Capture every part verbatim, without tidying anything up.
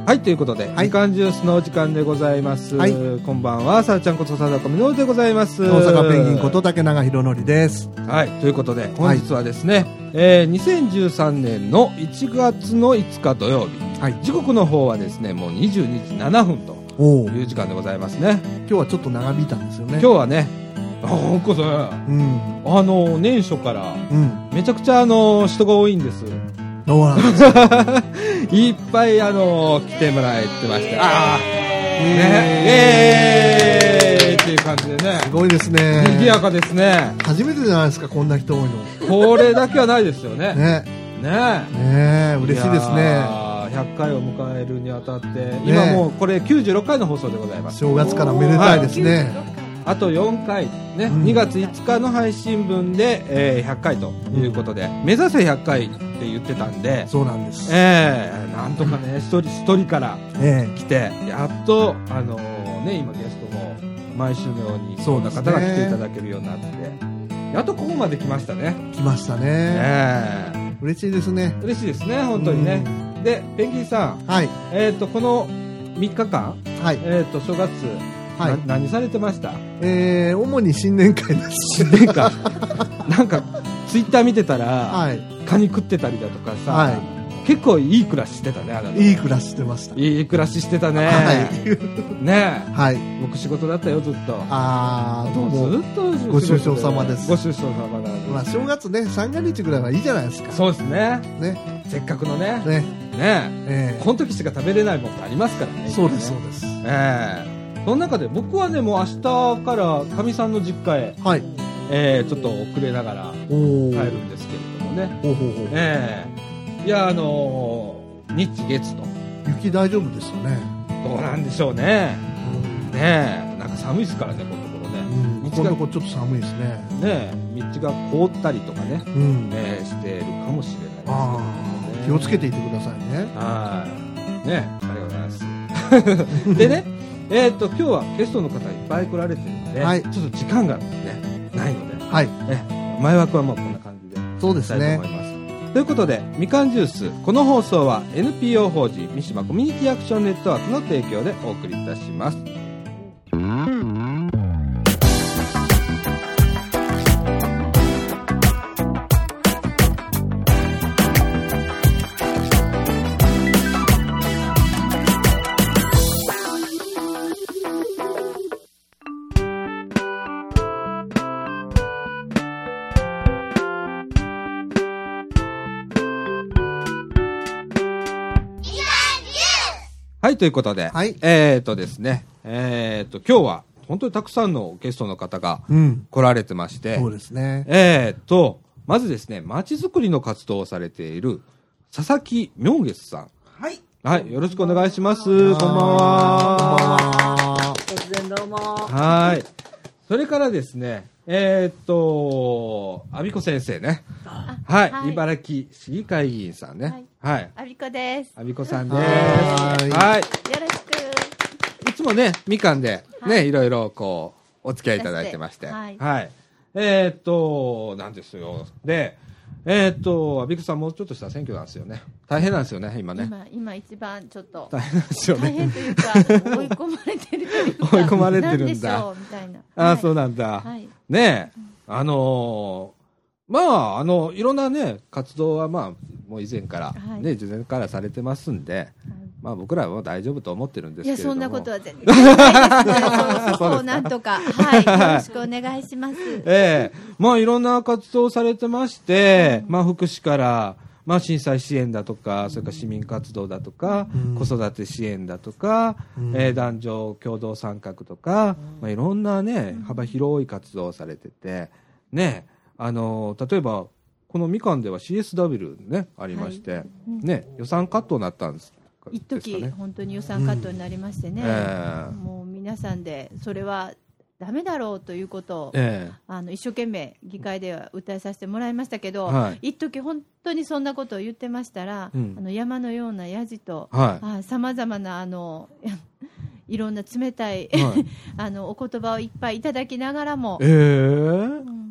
はい、ということで、はい、みかんジュースのお時間でございます。はい、こんばんは、さらちゃんこと貞子みのるでございます。 大阪ペンギンこと竹永宏典です。 はい、ということで、本日はですね、はい、えー、にせんじゅうさんねんのいちがつのいつか土曜日、はい、時刻の方はですね、もうにじゅうにじななふんという時間でございますね。 今日はちょっと長引いたんですよね。 今日はね、あーこそ、うん、あの年初から、うん、めちゃくちゃあの人が多いんです。 そうなんですいっぱいあの来てもらえてまして、ああねえーっていう感じでね、 すごいですね。 賑やかですね。 初めてじゃないですか、こんな人多いの。 これだけはないですよね。 ねねね嬉しいですね。 ひゃっかいを迎えるにあたって、今もうこれきゅうじゅうろっかいの放送でございます。 正月からめでたいですね。 あとよんかい、ね、うん、にがついつかの配信分で、えー、ひゃっかいということで、うん、目指せひゃっかいって言ってたんで、 そうなんです、 えー、なんとかね、一人一人から来て、えー、やっと、あのーね、今ゲストも毎週のようにそんな方が来ていただけるようになって、やっとここまで来ましたね。 来ましたね、えー、嬉しいですね。 嬉しいですね、本当にね、うん、で、ペンギンさん、はい、えーと、このみっかかん、はい、えーと、正月、はい、何されてました？ えー、主に新年会です。 新年会なんかツイッター見てたら、はい、カニ食ってたりだとかさ、はい、結構いい暮らししてたね。あなたいい暮らししてました。 いい暮らししてたね、はい、ねえ、はい、僕仕事だったよずっと。 ああ、どうもずっとご愁傷様です。 ご愁傷様だ、 まあ、正月ね、三が日ぐらいはいいじゃないですか。 そうですね、ね、せっかくのね、ね、ねえ、えー、この時しか食べれないものってありますからね。 そうです、そうです、 えーその中で僕はね、もう明日からかみさんの実家へ、はい、えー、ちょっと遅れながら帰るんですけれどもね。ほうほうほう、えー、いや、あのー、日月と雪大丈夫ですよね。 どうなんでしょうね、うん、ねえ、なんか寒いですからね、このところね、 うん、道がこのところちょっと寒いですね。 ねえ、道が凍ったりとかね、うん、えー、しているかもしれないですけど、ね、 気をつけていてくださいね。 はい、ね、ありがとうございますでね、えー、と今日はゲストの方いっぱい来られてるので、はい、ちょっと時間が、ね、ないので、はい、ね、前枠はもうこんな感じでそうですね、 したいと思います。ということで、みかんジュース、この放送は エヌピーオー 法人三島コミュニティアクションネットワークの提供でお送りいたします。はい、ということで、はい、えーとですね、えーと、今日は本当にたくさんのゲストの方が来られてまして、うん、 そうですね。 えーと、まずですね、まちづくりの活動をされている佐々木明月さん。 はい。 はい、よろしくお願いします。こんばんは。 突然どうも。 はい。それからですね、えーと、阿比子先生ね。はい、はい、茨城市議会議員さんね。はい。はい、 阿比子です。 阿比子さんです。はい。 よろしく。 いつもね、みかんでね、はい、いろいろこう、お付き合いいただいてまして。はい。はい。えーと、なんですよ。で、えーと、阿比子さんもうちょっとした選挙なんですよね。大変なんですよね、今ね。 今、今一番ちょっと。 大変なんですよね。 大変というか、追い込まれてるというか。 追い込まれてるんだ。 なんでしょうみたいな。 ああ、そうなんだ。はい。ねえ、あのー、まあ、あの、いろんなね、活動はまあ、もう以前から、ね、事前からされてますんで、はい、まあ僕らはもう大丈夫と思ってるんですけれども。 いや、そんなことは全然ないです。そこをなんとか、はい、よろしくお願いします。 ええー、まあいろんな活動をされてまして、うん、まあ福祉から、まあ震災支援だとか、それから市民活動だとか、うん、子育て支援だとか、うん、えー、男女共同参画とか、うん、まあいろんなね、幅広い活動をされてて、ね、あの例えばこのみかんでは シーエスダブリュー ねありまして、はい、ね、予算カットになったんですか、ね、 一時本当に予算カットになりましてね、うん、えー、もう皆さんでそれはダメだろうということを、えー、あの一生懸命議会では訴えさせてもらいましたけど、はい、一時本当にそんなことを言ってましたら、うん、あの山のようなやじとさまざまなあのいろんな冷たい、はい、あのお言葉をいっぱいいただきながらも、 えーうん、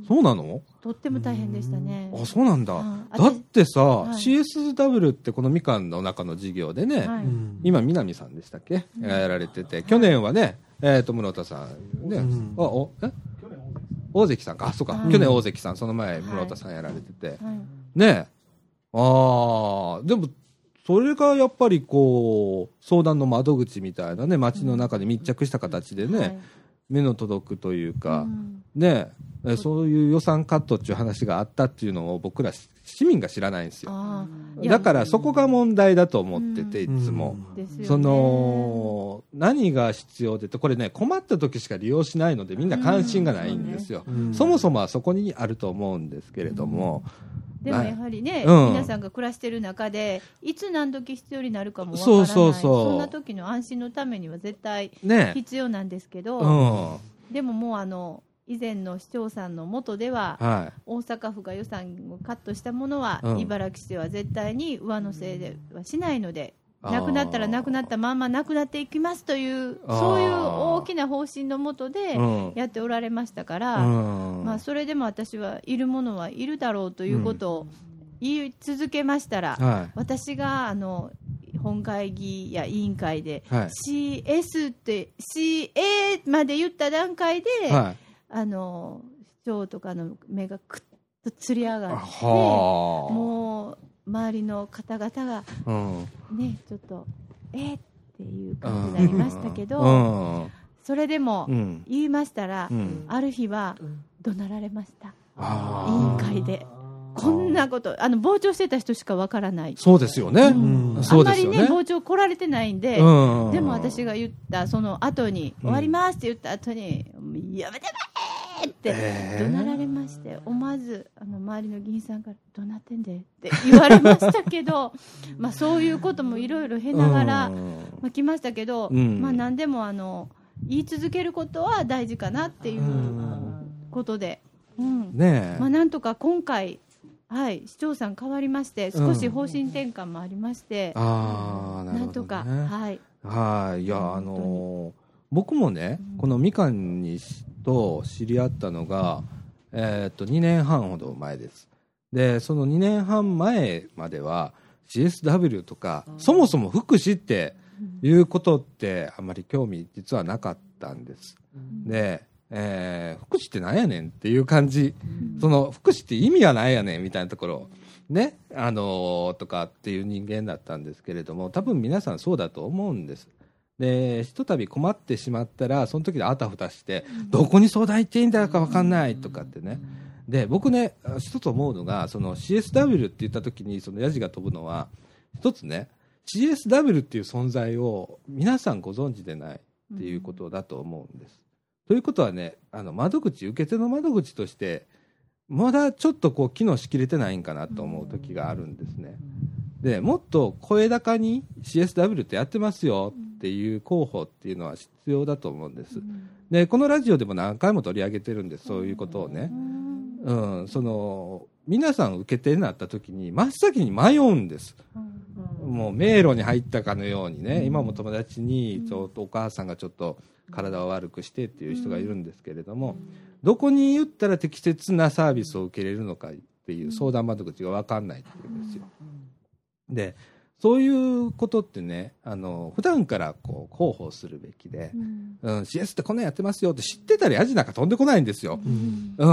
そうなの？ とっても大変でしたね。 あ、そうなんだ。だってさ、はい、シーエスダブリュー ってこのみかんの中の事業でね、はい、今南さんでしたっけ、うん、やられてて、去年はね、えっと室田さんね、うん、あおえ大関さんか、あ、そうか、はい、去年大関さん、その前室田さんやられてて、はい、ね、ああ、でもそれがやっぱりこう相談の窓口みたいなね、街の中で密着した形でね、はい、目の届くというか、うん、ね、そういう予算カットっていう話があったっていうのを僕ら市民が知らないんですよ。だからそこが問題だと思ってて、うん、いつも、うん、その何が必要でって、これね、困った時しか利用しないのでみんな関心がないんですよ、うん、そもそもはそこにあると思うんですけれども、 うん、でもやはりね、うん、皆さんが暮らしてる中でいつ何時必要になるかもわからない、そうそうそう、そんな時の安心のためには絶対必要なんですけど、ね、うん、でももうあの以前の市長さんの下では、はい、大阪府が予算をカットしたものは、うん、茨城市では絶対に上乗せではしないので、なくなったらなくなったまんまなくなっていきますという、そういう大きな方針の下でやっておられましたから、うん、まあ、それでも私はいるものはいるだろうということを言い続けましたら、うん、はい、私があの本会議や委員会で、はい、シーエス って シーエー まで言った段階で、はい、あの市長とかの目がくっとつり上がって、もう周りの方々が、うん、ね、ちょっとえー、っていう感じになりましたけど、うん、それでも言いましたら、うん、ある日は怒鳴られました、委員会で。こんなこと、あの傍聴してた人しかわからない。 そうですよね、うん、 あんまりね傍聴来られてないんで、うん、でも私が言ったその後に、うん、終わりますって言った後に、やめてくれって怒鳴られまして、思わずあの周りの議員さんからどうなってんでって言われましたけどまあそういうこともいろいろ経ながら、まあ、来ましたけど、うん、まあ何でもあの言い続けることは大事かなっていうことで、うん、ねえ、まあ、なんとか今回、はい、市長さん変わりまして、少し方針転換もありまして、うん、あ、なるほどね、なんとか、はい、 はい、いや、あのー、僕もね、うん、このみかんにと知り合ったのが、えー、っとにねんはんほど前です。で、そのにねんはん前までは シーエスダブリュー とか、うん、そもそも福祉っていうことってあまり興味実はなかったんです、うん、で、えー、福祉ってなんやねんっていう感じ、うん、その福祉って意味はなんやねんみたいなところね、あのー、とかっていう人間だったんですけれども、多分皆さんそうだと思うんです。で、ひとたび困ってしまったらその時であたふたして、うん、どこに相談行っていいんだか分かんないとかってね、うん、で、僕ね、一つ思うのが、その シーエスダブリュー って言った時にそのヤジが飛ぶのは、一つね、シーエスダブリュー っていう存在を皆さんご存知でないっていうことだと思うんです、うん、ということはね、あの窓口、受け手の窓口としてまだちょっとこう機能しきれてないんかなと思う時があるんですね。で、もっと声高に シーエスダブリュー ってやってますよっていう広報っていうのは必要だと思うんです。で、このラジオでも何回も取り上げてるんです、そういうことをね。うん、その皆さん受け手になった時に真っ先に迷うんです。もう迷路に入ったかのようにね、今も友達にちょっとお母さんがちょっと体を悪くしてっていう人がいるんですけれども、どこに言ったら適切なサービスを受けれるのかっていう相談窓口が分かんないっていうんですよ。で、そういうことってね、あの普段からこう広報するべきで、うんうん、シーエス ってこんなんやってますよって知ってたらヤジなんか飛んでこないんですよ、うんうん、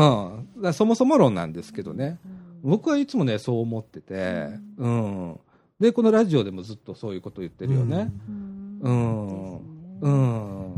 だからそもそも論なんですけどね、僕はいつもねそう思ってて、うん、でこのラジオでもずっとそういうことを言ってるよね、うんうん、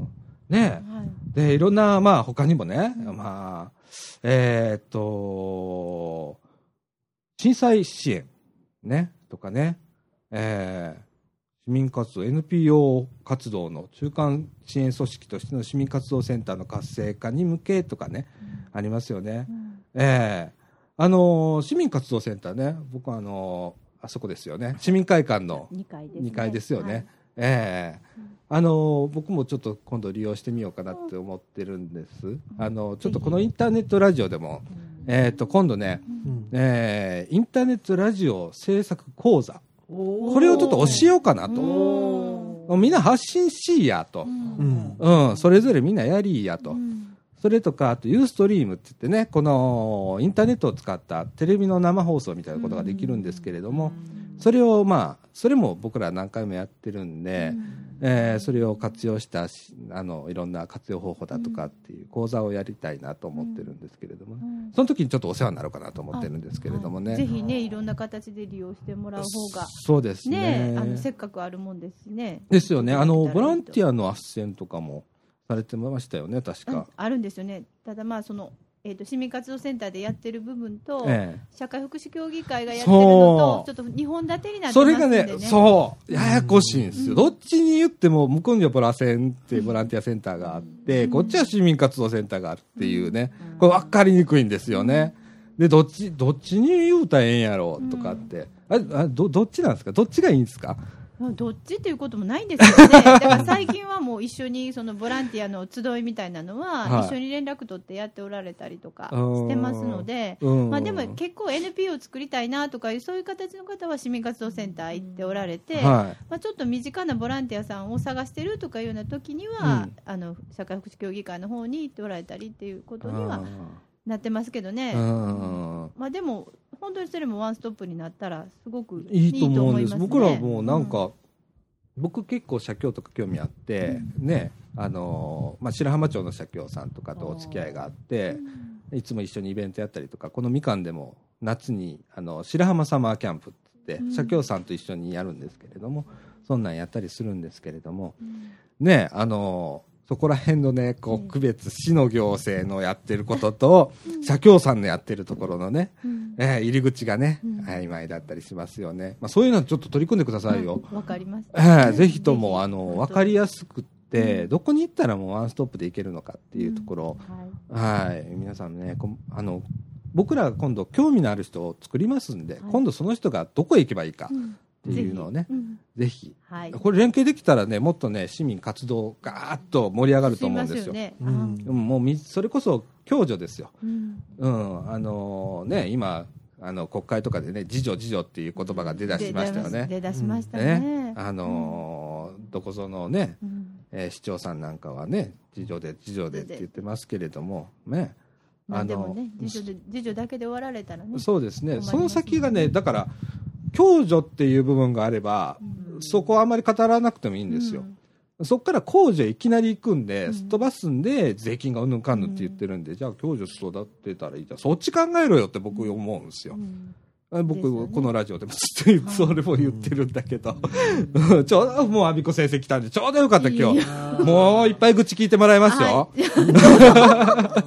ね、でいろんな、まあ、他にもね、まあ、えー、っと震災支援ねとかね、えー、市民活動 エヌピーオー 活動の中間支援組織としての市民活動センターの活性化に向けとかね、うん、ありますよね、うん、えー、あのー、市民活動センターね、僕はあのー、あそこですよね、市民会館のにかいですね、にかいですよね、はい、えーうん、あのー、僕もちょっと今度利用してみようかなって思ってるんです、うん、あのー、ちょっとこのインターネットラジオでも、うん、えー、と今度ね、うん、えー、インターネットラジオ制作講座、これをちょっと教えようかなと、みんな発信しいやと、うんうん、それぞれみんなやりいやと、うん、 それとかあとユーストリームって言ってね、このインターネットを使ったテレビの生放送みたいなことができるんですけれども、それをまあそれも僕ら何回もやってるんで、えー、それを活用したあのいろんな活用方法だとかっていう講座をやりたいなと思ってるんですけれども、ね、その時にちょっとお世話になろうかなと思ってるんですけれどもね、 はい、ぜひねいろんな形で利用してもらう方がそうですね、 ね、あのせっかくあるもんですね。 ですよね。あのボランティアの斡旋とかもされてましたよね、確か。 あるんですよね。ただまあそのえー、と市民活動センターでやってる部分と、ええ、社会福祉協議会がやってるのとちょっとにほん立てになってますんでね。 それがね、そうややこしいんですよ、うん、どっちに言っても向こうにはボラセンってボランティアセンターがあって、うん、こっちは市民活動センターがあるっていうね、うん、これ分かりにくいんですよね。でどっちどっちに言うたらええんやろうとかって、うん、ああ ど, どっちなんですか、どっちがいいんですか。 どっちっていうこともないんですよね。だから最近はもう一緒にそのボランティアの集いみたいなのは一緒に連絡取ってやっておられたりとかしてますので、まあ、でも結構 エヌピーオー を作りたいなとかいうそういう形の方は市民活動センター行っておられて、はい、まあ、ちょっと身近なボランティアさんを探してるとかいうような時には、うん、あの社会福祉協議会の方に行っておられたりっていうことにはなってますけどね。まあ、でも本当にそれもワンストップになったらすごくいいと思いますね。 いいと思うんです。僕らもうなんか、うん、僕結構社協とか興味あって、うん、ね、あのまあ、白浜町の社協さんとかとお付き合いがあって、うん、いつも一緒にイベントやったりとか、このみかんでも夏にあの白浜サマーキャンプってって、うん、社協さんと一緒にやるんですけれども、そんなんやったりするんですけれども、うん、ね、あのそこら辺のねこう区別、市の行政のやってることと、うん、社協さんのやってるところのね、うん、えー、入り口がね、うん、曖昧だったりしますよね。まあ、そういうのはちょっと取り組んでくださいよ。 わ、うん、かります、 えー、ぜひともあの分かりやすくって、うん、どこに行ったらもうワンストップで行けるのかっていうところ、うん、はい、はい、皆さんね、こあの僕らが今度興味のある人を作りますんで、はい、今度その人がどこへ行けばいいか、うんっていうのをね、ぜひ、うん、ぜひ、はい、これ連携できたらね、もっとね市民活動ガーッと盛り上がると思うんですよ。ね、うん、もうそれこそ共助ですよ。うんうん、あのー、ね今あの国会とかでね自助自助っていう言葉が出だしましたよね。 出だしましたね。ね、 あのーうん、どこぞのね、うんえー、市長さんなんかはね自助で自助でって言ってますけれどもね。 あのでもね自助で自助だけで終わられたらね。 そうですね。その先がねだから。共助っていう部分があれば、うん、そこはあまり語らなくてもいいんですよ、うん、そこから公助いきなり行くんで、うん、すっ飛ばすんで税金がうんぬんかんぬんって言ってるんで、うん、じゃあ共助育てたらいいじゃん、そっち考えろよって僕思うんですよ、うん、僕、ね、このラジオでもずっとそれも言ってるんだけど、うん、ちょうどもう阿ビ子先生来たんでちょうどよかった今日もういっぱい愚痴聞いてもらいますよ、はい、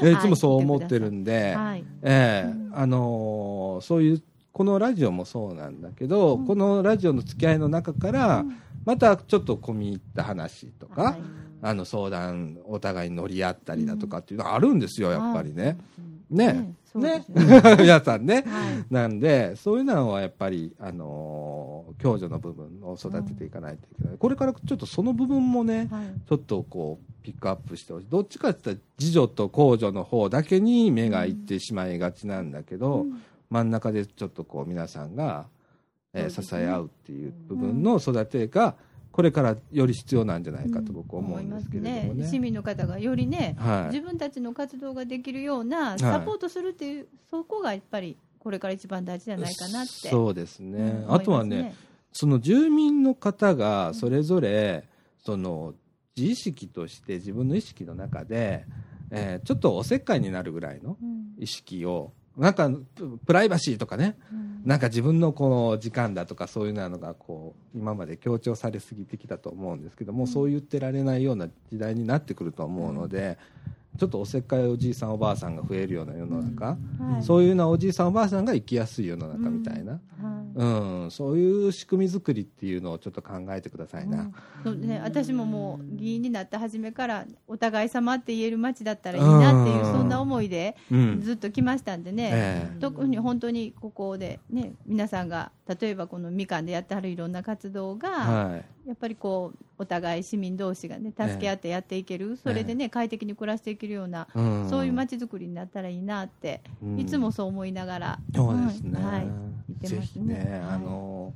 いつもそう思ってるんで、はい、えーあのー、そういうこのラジオもそうなんだけど、うん、このラジオの付き合いの中から、うん、またちょっと込み入った話とか、はい、あの相談お互いに乗り合ったりだとかっていうのがあるんですよ、やっぱりね、はい、ね、うん、ね、ね皆さんね、はい、なんでそういうのはやっぱり、あのー、共助の部分を育てていかないといけない、うん、これからちょっとその部分もね、はい、ちょっとこうピックアップしてほしい。どっちかって言ったら自助と公助の方だけに目がいってしまいがちなんだけど、うん、真ん中でちょっとこう皆さんが、えー、支え合うっていう部分の育てがこれからより必要なんじゃないかと僕は思うんですけれどもね、うんね、 市民の方がよりね、はい、自分たちの活動ができるようなサポートするっていう、はい、そこがやっぱりこれから一番大事じゃないかなって。 そうですね、うん、あとはねその住民の方がそれぞれその自意識として自分の意識の中で、えー、ちょっとおせっかいになるぐらいの意識を、なんかプライバシーとかね、うん、なんか自分のこの時間だとかそういうのがこう今まで強調されすぎてきたと思うんですけども、うん、そう言ってられないような時代になってくると思うので、うん、ちょっとおせっかいおじいさんおばあさんが増えるような世の中、うんはい、そういうようなおじいさんおばあさんが生きやすい世の中みたいな、うんうん、そういう仕組み作りっていうのをちょっと考えてくださいな、うんそうね、私ももう議員になった初めからお互い様って言える街だったらいいなっていう、そんな思いでずっと来ましたんでね、うんえー、特に本当にここで、ね、皆さんが例えばこのみかんでやってはるいろんな活動が、はい、やっぱりこうお互い市民同士がね助け合ってやっていける、えー、それでね快適に暮らしていけるような、うん、そういう街づくりになったらいいなって、うん、いつもそう思いながら、 そうですね、 はい、言ってますね。 ぜひね、あの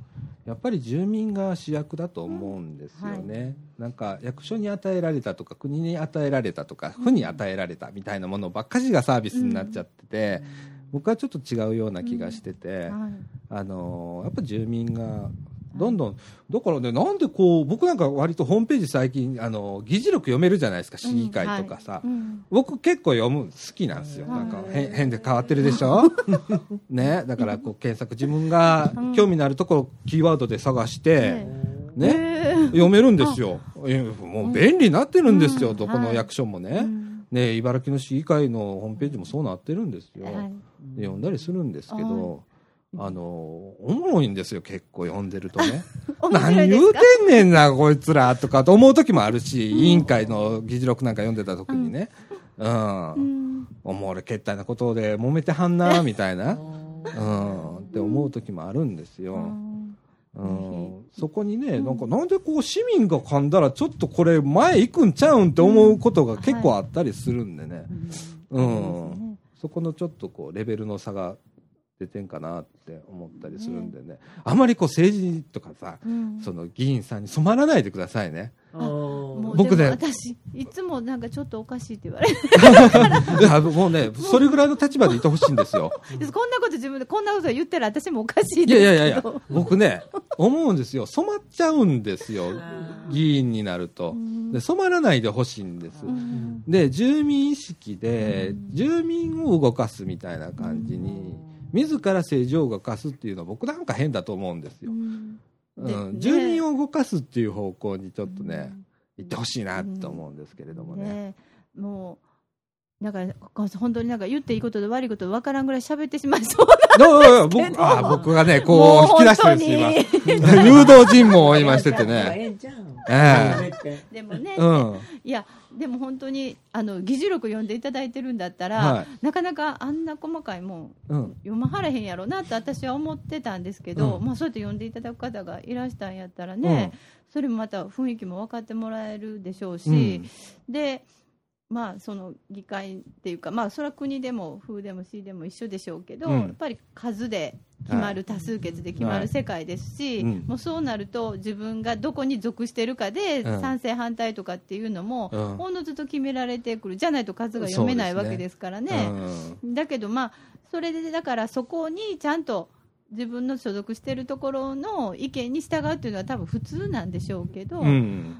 やっぱり住民が主役だと思うんですよね、うんはい、なんか役所に与えられたとか国に与えられたとか府に与えられたみたいなものばっかりがサービスになっちゃってて、うん、僕はちょっと違うような気がしてて、うんはい、あのやっぱ住民がどんどんだからねなんでこう僕なんか割とホームページ最近あの議事録読めるじゃないですか市議会とかさ、うんはいうん、僕結構読む好きなんですよ、うん、なんか変, 変で変わってるでしょねだからこう検索自分が興味のあるところキーワードで探して、うん、ね読めるんですよもう便利になってるんですよ、うん、どこの役所もね、はいね茨城の市議会のホームページもそうなってるんですよ、はい、で読んだりするんですけどあのおもろいんですよ結構読んでるとね何言うてんねんなこいつらとかと思う時もあるし、うん、委員会の議事録なんか読んでた時にね、うんうん、おもれけったいなことで揉めてはんなみたいな、うん、って思う時もあるんですよ、うん、そこにねなんかなんでこう市民が噛んだらちょっとこれ前行くんちゃうんって思うことが結構あったりするんでね、うんうん、そこのちょっとこうレベルの差が出てんかなって思ったりするんでね、ねあまりこう政治とかさ、うん、その議員さんに染まらないでくださいね。 もう僕ね私いつもなんかちょっとおかしいって言われるいやもうねそれぐらいの立場でいてほしいんですよこんなこと自分でこんなこと言ったら私もおかしいですけどいやいやいや僕ね思うんですよ染まっちゃうんですよ議員になるとで染まらないでほしいんですで住民意識で住民を動かすみたいな感じに自ら政治を動かすっていうのは僕なんか変だと思うんですよ、うんうん、住民を動かすっていう方向にちょっとね、うん、行ってほしいなと思うんですけれどもね、ねもうだから本当になんか言っていいことと悪いこと分からんぐらい喋ってしまいそうなんですけど僕あ僕がねこう引き出してるんです今誘導尋問を今しててねええ、でもね、うん、いやでも本当にあの議事録読んでいただいてるんだったら、はい、なかなかあんな細かいもん、うん、読まはれへんやろなと私は思ってたんですけど、うんまあ、そうやって読んでいただく方がいらしたんやったらね、うん、それもまた雰囲気も分かってもらえるでしょうし、うん、でまあその議会っていうか、まあ、それは国でも府でも市でも一緒でしょうけど、うん、やっぱり数で決まる、はい、多数決で決まる世界ですし、はい、もうそうなると自分がどこに属してるかで、うん、賛成反対とかっていうのも、うん、おのずと決められてくるじゃないと数が読めないわけですからね、うん、だけどまあそれでだからそこにちゃんと自分の所属しているところの意見に従うっていうのは多分普通なんでしょうけど、うん、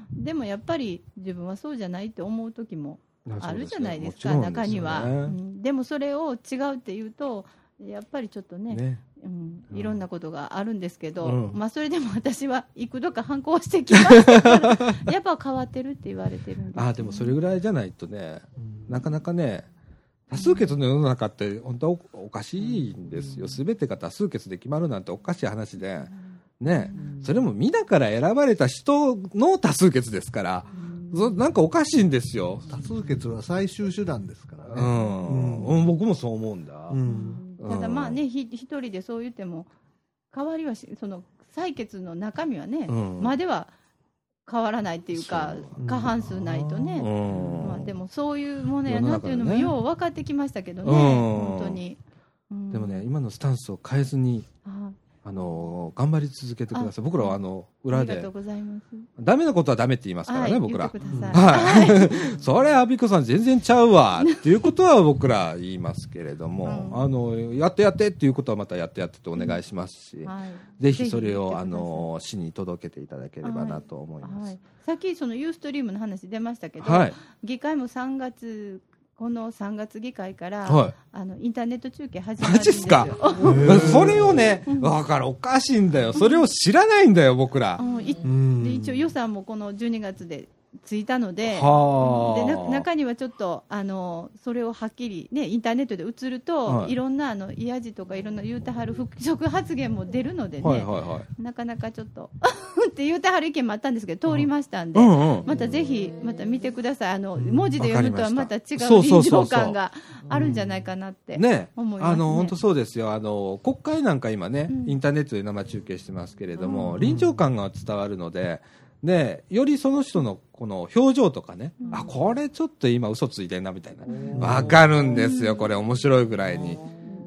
でもやっぱり自分はそうじゃないって思う時もあるじゃないですか、中には、うん、でもそれを違うっていうとやっぱりちょっと ね, ね、うん、いろんなことがあるんですけど、うんまあ、それでも私は幾度か反抗してきましたからやっぱ変わってるって言われてるんです、ね、 あでもそれぐらいじゃないとね、うん、なかなかね多数決の世の中って本当は お, おかしいんですよ、すべてが多数決で決まるなんておかしい話で、ね、それも皆から選ばれた人の多数決ですから、なんかおかしいんですよ。 多数決は最終手段ですからね、 うんうん、僕もそう思うんだ、 うんうん、ただまあねひ一人でそう言っても変わりはしその採決の中身はね、うん、までは変わらないっていうか過半数ないとね、うんまあ、でもそういうものやなっていうのもよう分かってきましたけどね、うん、本当に、 うん、でもね今のスタンスを変えずにあの頑張り続けてください。僕らはあの裏でダメなことはダメって言いますからね、はい、僕ら、はい、それアビコさん全然ちゃうわっていうことは僕ら言いますけれども、うん、あのやってやってっていうことはまたやってやってってお願いしますし、うんはい、ぜひそれをあの市に届けていただければなと思います、はいはい、 さっきそのユーストリームの話出ましたけど、はい、議会もさんがつこのさんがつ議会から、はい、あのインターネット中継始まるんですよ。マジっすかそれをね、だからおかしいんだよ。それを知らないんだよ、僕ら。うん、 一応予算もこのじゅうにがつでついたので、でな中にはちょっとあのそれをはっきり、ね、インターネットで映ると、はい、いろんなあのいやじとかいろんな言うてはる復職発言も出るのでね、はいはいはい、なかなかちょっとって言うてはる意見もあったんですけど通りましたんで、うんうん、またぜひまた見てください。あの文字で読むとはまた違う臨場感があるんじゃないかなって思いますね。 あの本当そうですよ。あの国会なんか今ね、うん、インターネットで生中継してますけれども、うん、臨場感が伝わるので。でよりその人のこの表情とかね、うん、あこれちょっと今嘘ついてんなみたいなわかるんですよ。これ面白いぐらいに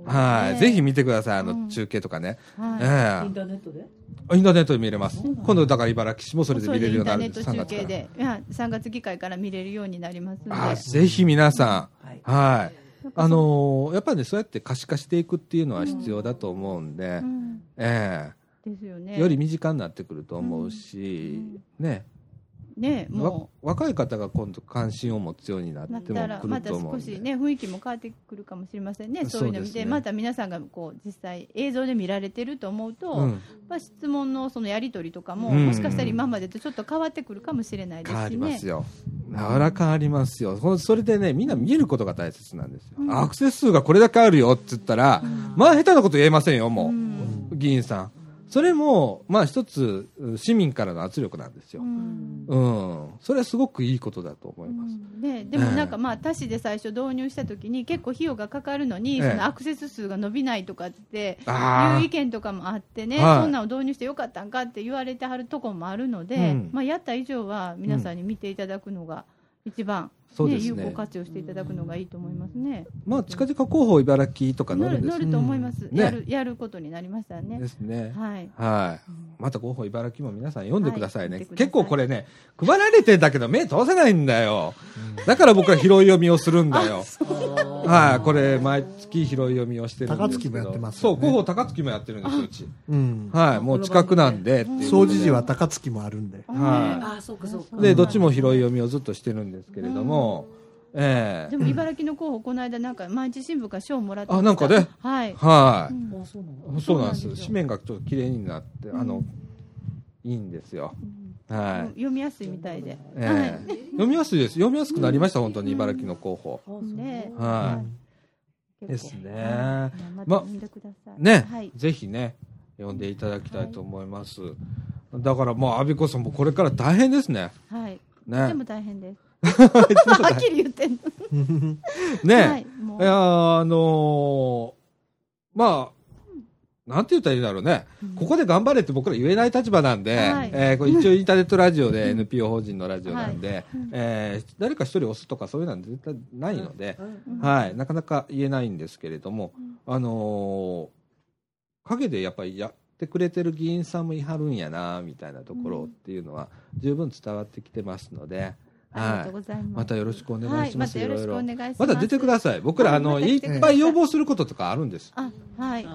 はい、ぜひ見てください、あの中継とかね。 インターネットでインターネットで見れます。今度だから茨城市もそれで見れるようになるんです。 インターネット中継で、いやさんがつ議会から見れるようになりますので、 あぜひ皆さん、はい、はい、あのー、やっぱりねそうやって可視化していくっていうのは必要だと思うんで、うん、ええー、ですよね。より身近になってくると思うし、うん、ね。ね、もう若い方が今度関心を持つようになってもくると思うんで、 また少しね雰囲気も変わってくるかもしれませんね。そういうのを見て、ね、また皆さんがこう実際映像で見られてると思うと、うん、まあ、質問のそのやり取りとかも、うん、もしかしたら今までとちょっと変わってくるかもしれないですしね。 変わりますよ。柔らかありますよ。それでねみんな見えることが大切なんですよ、うん、アクセス数がこれだけあるよって言ったら、うん、まあ下手なこと言えませんよもう、うん、議員さん。それも、まあ、一つ市民からの圧力なんですよ、うんうん、それはすごくいいことだと思います、 うんね、でもなんか、まあ、他市で最初導入したときに結構費用がかかるのに、ええ、そのアクセス数が伸びないとかっていう意見とかもあってね、そんなの導入してよかったんかって言われてはるところもあるので、うん、まあ、やった以上は皆さんに見ていただくのが一番、そうですね、有効活用していただくのがいいと思いますね。 まあ、近々広報茨城とか乗るんです、 乗ると思います、うん、やる、やることになりましたね。 ですね。 はい。 はい。また広報茨城も皆さん読んでくださいね。はい、結構これね、配られてんだけど目通せないんだよ。うん、だから僕は拾い読みをするんだよ。はい。これ毎月拾い読みをしてるんですけど。高槻もやってますよね。そう、広報高槻もやってるんですよ、うち。うん。はい。もう近くなんで。 掃除時は高槻もあるんで。 はい。 あ、そうかそうか。 で、どっちも拾い読みをずっとしてるんですけれども、えー、でも茨城の候補この間なんか毎日新聞から賞をもらってました。 あ、なんかね、 はいはい、うん、そうなんです。紙面がちょっと綺麗になって、うん、あのいいんですよ、うん、はい、 読みやすいみたいで、 えーはい、読みやすいです。読みやすくなりました、うん、本当に茨城の候補、ね、はい、ですね、はい、まね、はい、ぜひね読んでいただきたいと思います、はい、だからもう阿比子さんもこれから大変ですね。 はい、 ね、 とても大変ですはっきり言ってんのね、はい、いやあのー、まあなんて言ったらいいんだろうね、うん、ここで頑張れって僕ら言えない立場なんで、はい、えー、これ一応インターネットラジオで エヌピーオー 法人のラジオなんで、はい、えー、誰か一人押すとかそういうのは絶対ないので、うん、はい、なかなか言えないんですけれども、うん、あのー、陰でやっぱりやってくれてる議員さんもいはるんやなみたいなところっていうのは十分伝わってきてますので、 ありがとうございます。 またよろしくお願いします。 はい、またよろしくお願いします。 また出てください。僕らあのいっぱい要望することとかあるんです。 あ、はい。 うん、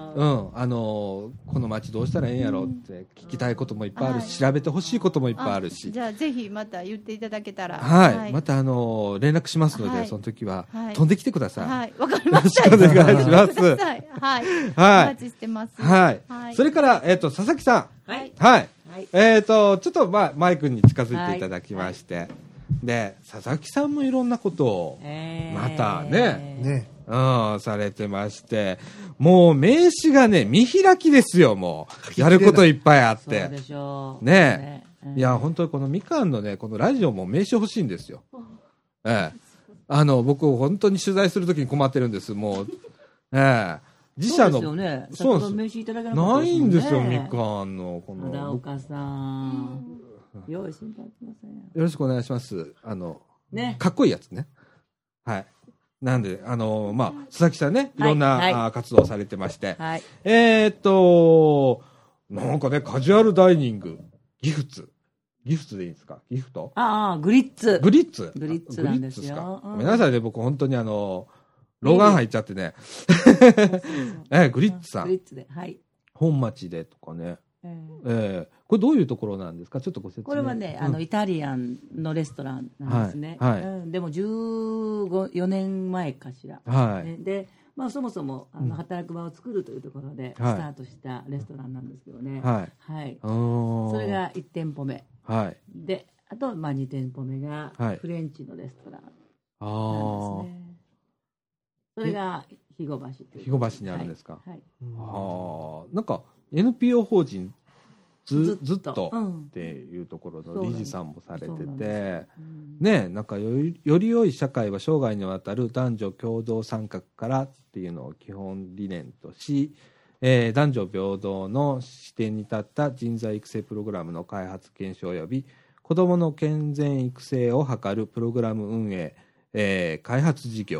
あのこの町どうしたらええんやろって聞きたいこともいっぱいあるし、調べてほしいこともいっぱいあるし。 じゃあぜひまた言っていただけたら。 はい。はい、またあの連絡しますので、その時は飛んできてください。 はい。わかりました。 よろしくお願いします。 はい。はい。お待ちしてます。 はい。それからえっと佐々木さん。はい。はい。えっとちょっとまあマイクに近づいていただきまして。で佐々木さんもいろんなことをまたね、ね、うん、されてまして、もう名刺がね見開きですよ。もうやることいっぱいあってそうでしょうね、ね、うん、いや本当にこのみかんのねこのラジオも名刺欲しいんですよ、ええ、あの僕本当に取材するときに困ってるんです。もう、ええ、自社のそうですよね、 そうです、 名刺いただけなかったですもんね、 ないんですよみかんのこの田岡さん、用意心配しません。よろしくお願いします。あの、 ね、 かっこいいやつね。はい。なんで、あのー、まあ、佐々木さんね、いろんな、はいはい、活動されてまして、はい、えー、っと、なんかね、カジュアルダイニング、ギフツ。ギフツでいいですか？ギフト？ ああ、グリッツ。 グリッツ。 グリッツなんですよ。 ごめんなさいね、僕本当にあの、老眼入っちゃってね。え、グリッツさん。 グリッツで、はい。 本町でとかね。えーえー、これどういうところなんですか？ちょっとご説明。 これはね、うん、あのイタリアンのレストランなんですね、はいはい、うん、でもじゅうご、よねんまえかしら、はい、で、まあ、そもそもあの働く場を作るというところでスタートしたレストランなんですけどね、はいはい、それがいち店舗目、はい、であと、まあ、に店舗目がフレンチのレストランなんですね、はい、それが肥後橋という肥後橋にあるんですか、はいはい、あなんかエヌピーオー 法人ず, ずっとっていうところの理事さんもされてて、ね、なんかよりより良い社会は生涯にわたる男女共同参画からっていうのを基本理念とし、えー、男女平等の視点に立った人材育成プログラムの開発検証及び子どもの健全育成を図るプログラム運営、えー、開発事業、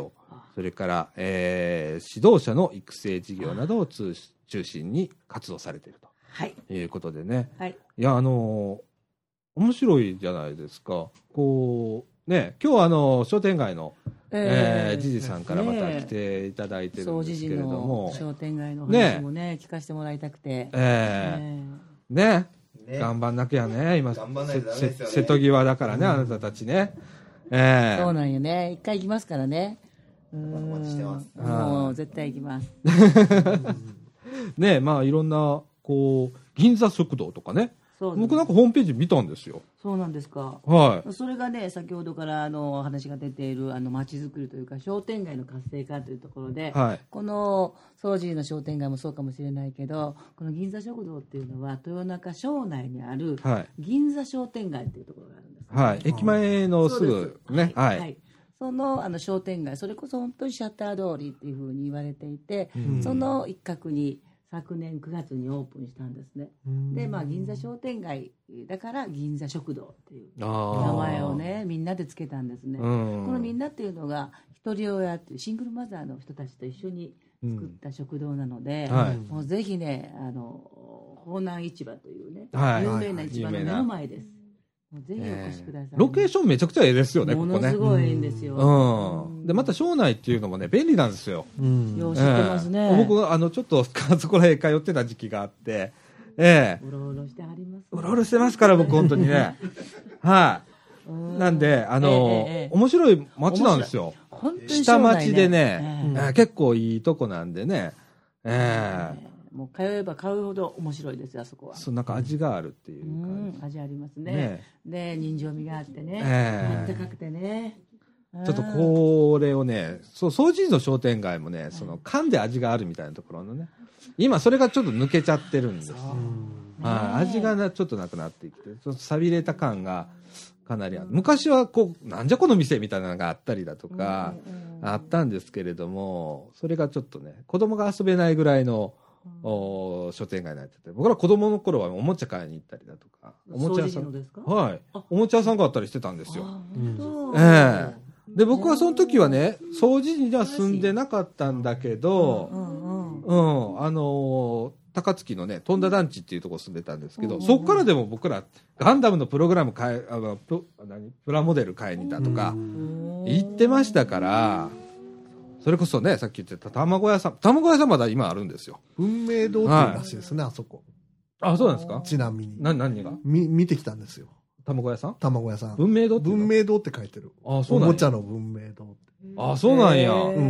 それから、えー、指導者の育成事業などを中心に活動されているということでね、はい、いやあの面白いじゃないですか。こうね、今日はあの商店街のえーえー、ジジさんからまた来ていただいてるんですけれども、 商店街の話もね、ね聞かせてもらいたくて、 えー、ね, ね頑張んなきゃね、今頑張んないとダメですよね、瀬戸際だからね、うん、あなたたちね、 えー、そうなんよね、一回行きますからね、うーん、お待ちしてます、もう絶対行きますね、まあいろんなこう銀座食堂とかね、僕なんかホームページ見たんですよ。 そうなんですか。 はい。 それがね、先ほどからあの話が出ているあの街づくりというか商店街の活性化というところで、はい、この総持の商店街もそうかもしれないけど、この銀座食堂っていうのは豊中商内にある銀座商店街っていうところがあるんです、ね。 はい。駅前のすぐね、 はい。はい、そのあの商店街、それこそ本当にシャッター通りっていうふうに言われていて、うん、その一角に昨年くがつにオープンしたんですね。で、まあ、銀座商店街だから銀座食堂っていう名前をねみんなでつけたんですね。このみんなっていうのが一人親っていうシングルマザーの人たちと一緒に作った食堂なので、うんはい、もうぜひね、あの方南市場というね、はい、有名な市場の目の前です。ぜひお越しください、ね、 ロケーションめちゃくちゃええですよね、 ここね。ものすごいいいんですよ。 うん、でまた庄内っていうのもね便利なんですよ。 うん、よう知ってますね。 えー、僕あのちょっとそこらへん通ってた時期があって、ええー、うろうろしてはります、ね。 うろうろしてますから僕本当にね。はい、なんであの、えーえー、面白い街なんですよ。 本当に下町でね、えーえー、結構いいとこなんでね。えーえーもう通えば通うほど面白いですよ、あそこは。 そう、なんか味があるっていう感じ、うん、味ありますね。ねで人情味があってね、 えー、高くてね、 ちょっとこれをね、そう総持の商店街もね、その缶で味があるみたいなところのね、今それがちょっと抜けちゃってるんですよ。はい、味がなちょっとなくなってきて、ちょっと寂れた感がかなりある。昔はこうなんじゃこの店みたいなのがあったりだとか、あったんですけれども、それがちょっとね、子供が遊べないぐらいのお商店街になってて、僕ら子供の頃はおもちゃ買いに行ったりだとか、おもちゃ屋さん、はい、おもちゃ屋さんがあったりしてたんですよ。ええー、で僕はその時はね、掃除には住んでなかったんだけど、うんうんうん、あのー、高槻のね、飛んだ団地っていうところ住んでたんですけど、うんうん、そこからでも僕らガンダムのプログラム買い、あのプ何プラモデル買いにだとか行ってましたから。それこそね、さっき言ってた卵屋さん、卵屋さんまだ今あるんですよ。 文明堂っていうらしいですね、はい、あそこ。 あ、そうなんですか。 ちなみに。 な、何がみ、見てきたんですよ。 卵屋さん卵屋さん。 文明堂って文明堂って書いてる。 あ、そうなんや。 おもちゃの文明堂って。 あ、そうなんや。うん。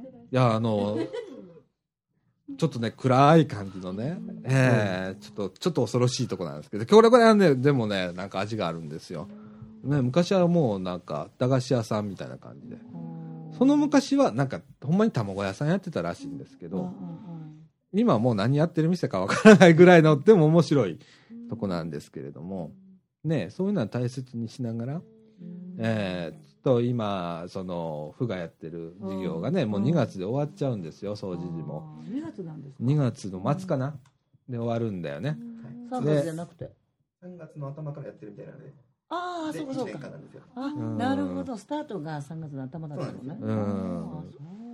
いや、あの、ちょっとね、暗い感じのね、ええー、ちょっと、ちょっと恐ろしいとこなんですけど、これこれはね、でもね、なんか味があるんですよ。ね、昔はもうなんか、駄菓子屋さんみたいな感じで。その昔はなんかほんまに卵屋さんやってたらしいんですけど、うんうんうん、今はもう何やってる店かわからないぐらいのでも面白いとこなんですけれども、ね、そういうのは大切にしながら、うん、えー、ちょっと今その府がやってる事業がね、うん、もうにがつで終わっちゃうんですよ、掃除時も。 にがつなんですか。 にがつの末かな、うん、で終わるんだよね。 さんがつじゃなくてさんがつの頭からやってるみたいなね。 ああ、そうかそうか。あ、なるほど。スタートがさんがつの頭だったのね。 うん。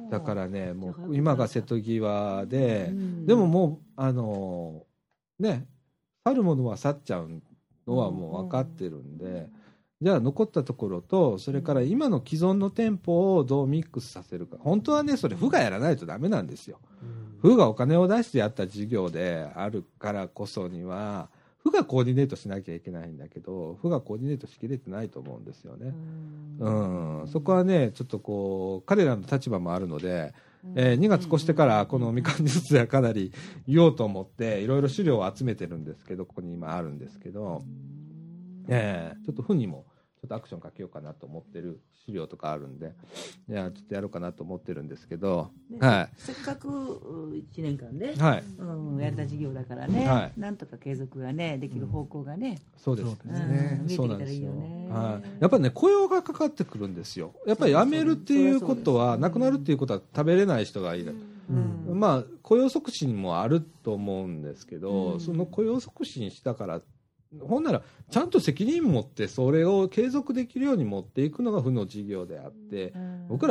だからね、もう今が瀬戸際で、うん、でももうあのー、ね、去るものは去っちゃうのはもう分かってるんで、うん、じゃあ残ったところと、それから今の既存の店舗をどうミックスさせるか。本当はね、それ府がやらないとダメなんですよ。府、うん、がお金を出してやった事業であるからこそには。府がコーディネートしなきゃいけないんだけど、府がコーディネートしきれてないと思うんですよね。うん、うん、そこはね、ちょっとこう彼らの立場もあるので、えー、にがつ越してからこのみかんジュースやかなり言おうと思っていろいろ資料を集めてるんですけど、ここに今あるんですけど、えー、ちょっと府にもちょっとアクションかけようかなと思ってる資料とかあるんで、いやちょっとやろうかなと思ってるんですけど、はい、 せっかくいちねんかんで、 はい、 うん、やれた事業だからね、はい、なんとか継続がねできる方向がね、 うん、そうですね、うん、見えてきたらいいよね。 はい、やっぱりね雇用がかかってくるんですよ。やっぱり辞めるっていうことは、なくなるっていうことは食べれない人がいる、うん、まあ雇用促進もあると思うんですけど、うん、その雇用促進したからほんならちゃんと責任持ってそれを継続できるように持っていくのが府の事業であって、うん、僕ら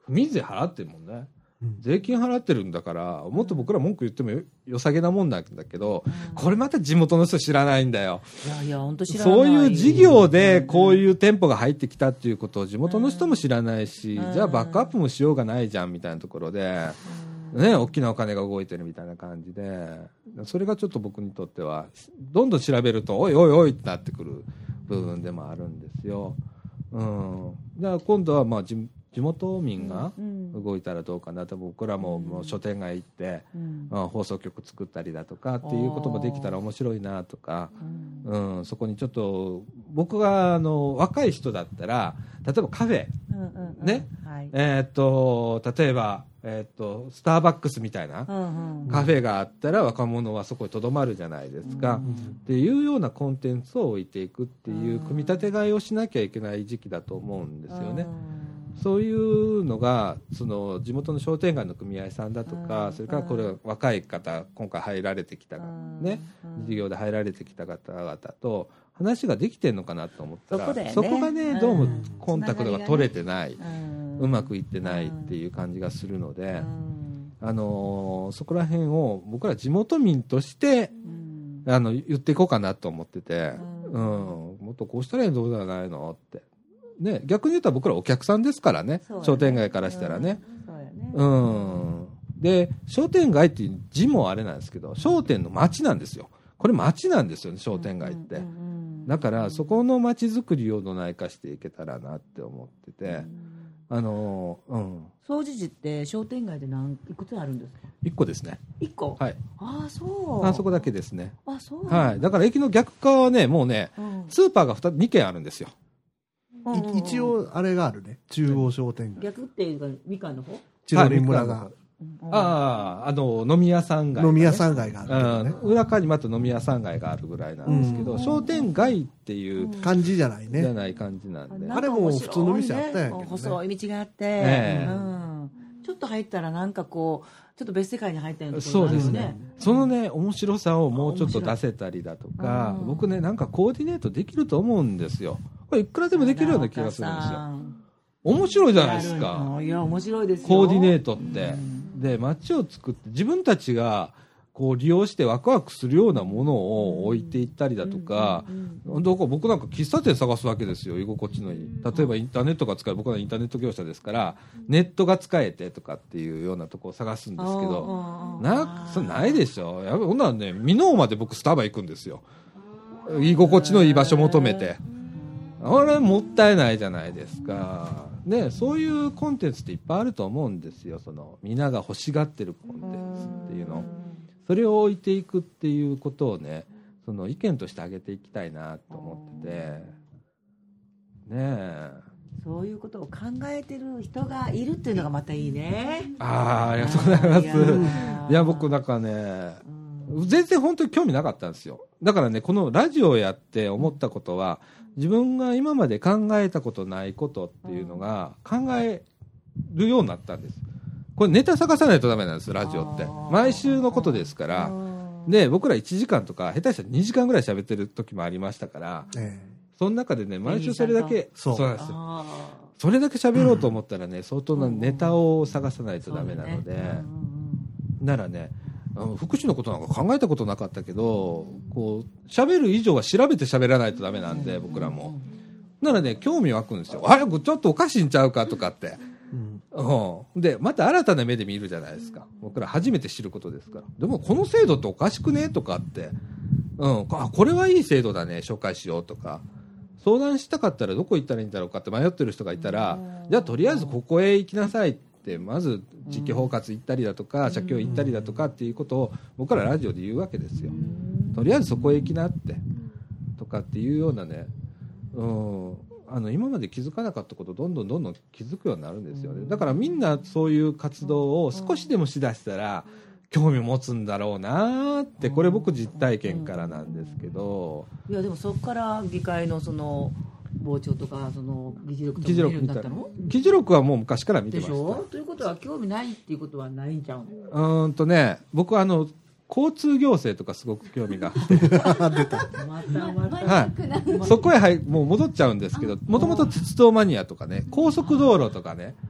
民税払ってるもんね。税金払ってるんだからもっと僕ら文句言っても よ, よさげなもんなんだけど、うん、これまた地元の人知らないんだよ。 いやいや本当知らない。 そういう事業でこういう店舗が入ってきたっていうことを地元の人も知らないし、うん、じゃあバックアップもしようがないじゃんみたいなところで、うんね、大きなお金が動いてるみたいな感じで、それがちょっと僕にとってはどんどん調べるとおいおいおいってなってくる部分でもあるんですよ。うん、じゃあ今度はまあ地地元民が動いたらどうかなと、僕らももう書店街行って、うんまあ、放送局作ったりだとかっていうこともできたら面白いなとか、うんうん、そこにちょっと僕があの若い人だったら例えばカフェ、うんうんうんねはいえー、っと例えば、えー、っとスターバックスみたいなカフェがあったら若者はそこにとどまるじゃないですか、うんうん、っていうようなコンテンツを置いていくっていう組み立て買いをしなきゃいけない時期だと思うんですよね。うんそういうのがその地元の商店街の組合さんだとか、それからこれ若い方今回入られてきたね事業で入られてきた方々と話ができてるのかなと思ったら そ,、ね、そこがねどうもコンタクトが取れてない、うん、うまくいってないっていう感じがするので、あのー、そこら辺を僕ら地元民としてあの言っていこうかなと思ってて、うん、もっとこうしたらどうじゃないのってね、逆に言ったら僕らお客さんですから ね, ね商店街からしたらね、うんそうやねうん、で商店街っていう字もあれなんですけど商店の街なんですよ。これ街なんですよね商店街って、うんうんうん、だからそこの街づくりをどないかしていけたらなって思ってて、うんあのーうん、 総持寺って商店街で何いくつあるんですか？ いっこですね。 いっこはい。 ああそうあそこだけですね。 あそうはい。だから駅の逆側はねもうね、うん、スーパーが 2, に軒あるんですよ。 一応あれがあるね中央商店街逆っていうかみかんの方千鳥村があああの飲み屋さん街、 ね、飲み屋さん街がある、ね、 うん、裏側にまた飲み屋さん街があるぐらいなんですけど、うん、商店街っていう感じじゃないねじゃない感じなんで、 あれも普通の店あったんやけど、ね、 細い道があって、えーうん、ちょっと入ったらなんかこうちょっと別世界に入ったようなところがあるね。そうですね。 そのね面白さをもうちょっと出せたりだとか、僕ねなんかコーディネートできると思うんですよ。これいくらでもできるような気がするんですよ。面白いじゃないですか。 いや面白いですよ。 コーディネートって、うん、で街を作って自分たちがこう利用してワクワクするようなものを置いていったりだとか、うん、どこ僕なんか喫茶店探すわけですよ。居心地のいい。例えばインターネットが使える、僕はインターネット業者ですからネットが使えてとかっていうようなところを探すんですけど、なそれないでしょ。やっぱほんならね箕面まで僕スタバ行くんですよ。居心地のいい場所求めて。あれもったいないじゃないですか。ね、そういうコンテンツっていっぱいあると思うんですよ。そのみんなが欲しがってるコンテンツっていうの。それを置いていくっていうことをね、その意見として挙げていきたいなと思ってて、ねえ。 そういうことを考えてる人がいるっていうのがまたいいね。 ああ、ありがとうございます。いや、僕なんかね、全然本当に興味なかったんですよ。だからね、このラジオをやって思ったことは、自分が今まで考えたことないことっていうのが考えるようになったんです。これネタ探さないとダメなんです、ラジオって。毎週のことですから。で、僕らいちじかんとか、下手したらにじかんぐらい喋ってる時もありましたから、ええ、その中でね、毎週それだけ、そうなんですよ。それだけ喋ろうと思ったらね、相当なネタを探さないとダメなので、ならね、福祉のことなんか考えたことなかったけど、こう、喋る以上は調べて喋らないとダメなんで、僕らも。ならね、興味湧くんですよ。あれ、ちょっとおかしいんちゃうかとかって。うんうん、でまた新たな目で見るじゃないですか。僕ら初めて知ることですから。でもこの制度っておかしくねとかって、うん、あこれはいい制度だね紹介しようとか相談したかったらどこ行ったらいいんだろうかって迷ってる人がいたら、じゃあとりあえずここへ行きなさいってまず地域包括行ったりだとか社協行ったりだとかっていうことを僕らラジオで言うわけですよ。とりあえずそこへ行きなってとかっていうようなね、うんあの今まで気づかなかったことをどんどんどんどん気づくようになるんですよね。だからみんなそういう活動を少しでもしだしたら興味を持つんだろうなって、これ僕実体験からなんですけど、 いやでもそこから議会のその傍聴とかその議事録とか見るようになったの？ 議事録はもう昔から見てました。 でしょ？ということは興味ないっていうことはないんちゃうの？ うーんとね、僕はあの交通行政とかすごく興味があって出たまたまた、はい、そこへ、はい、もう戻っちゃうんですけど、もともと鉄道マニアとかね高速道路とかね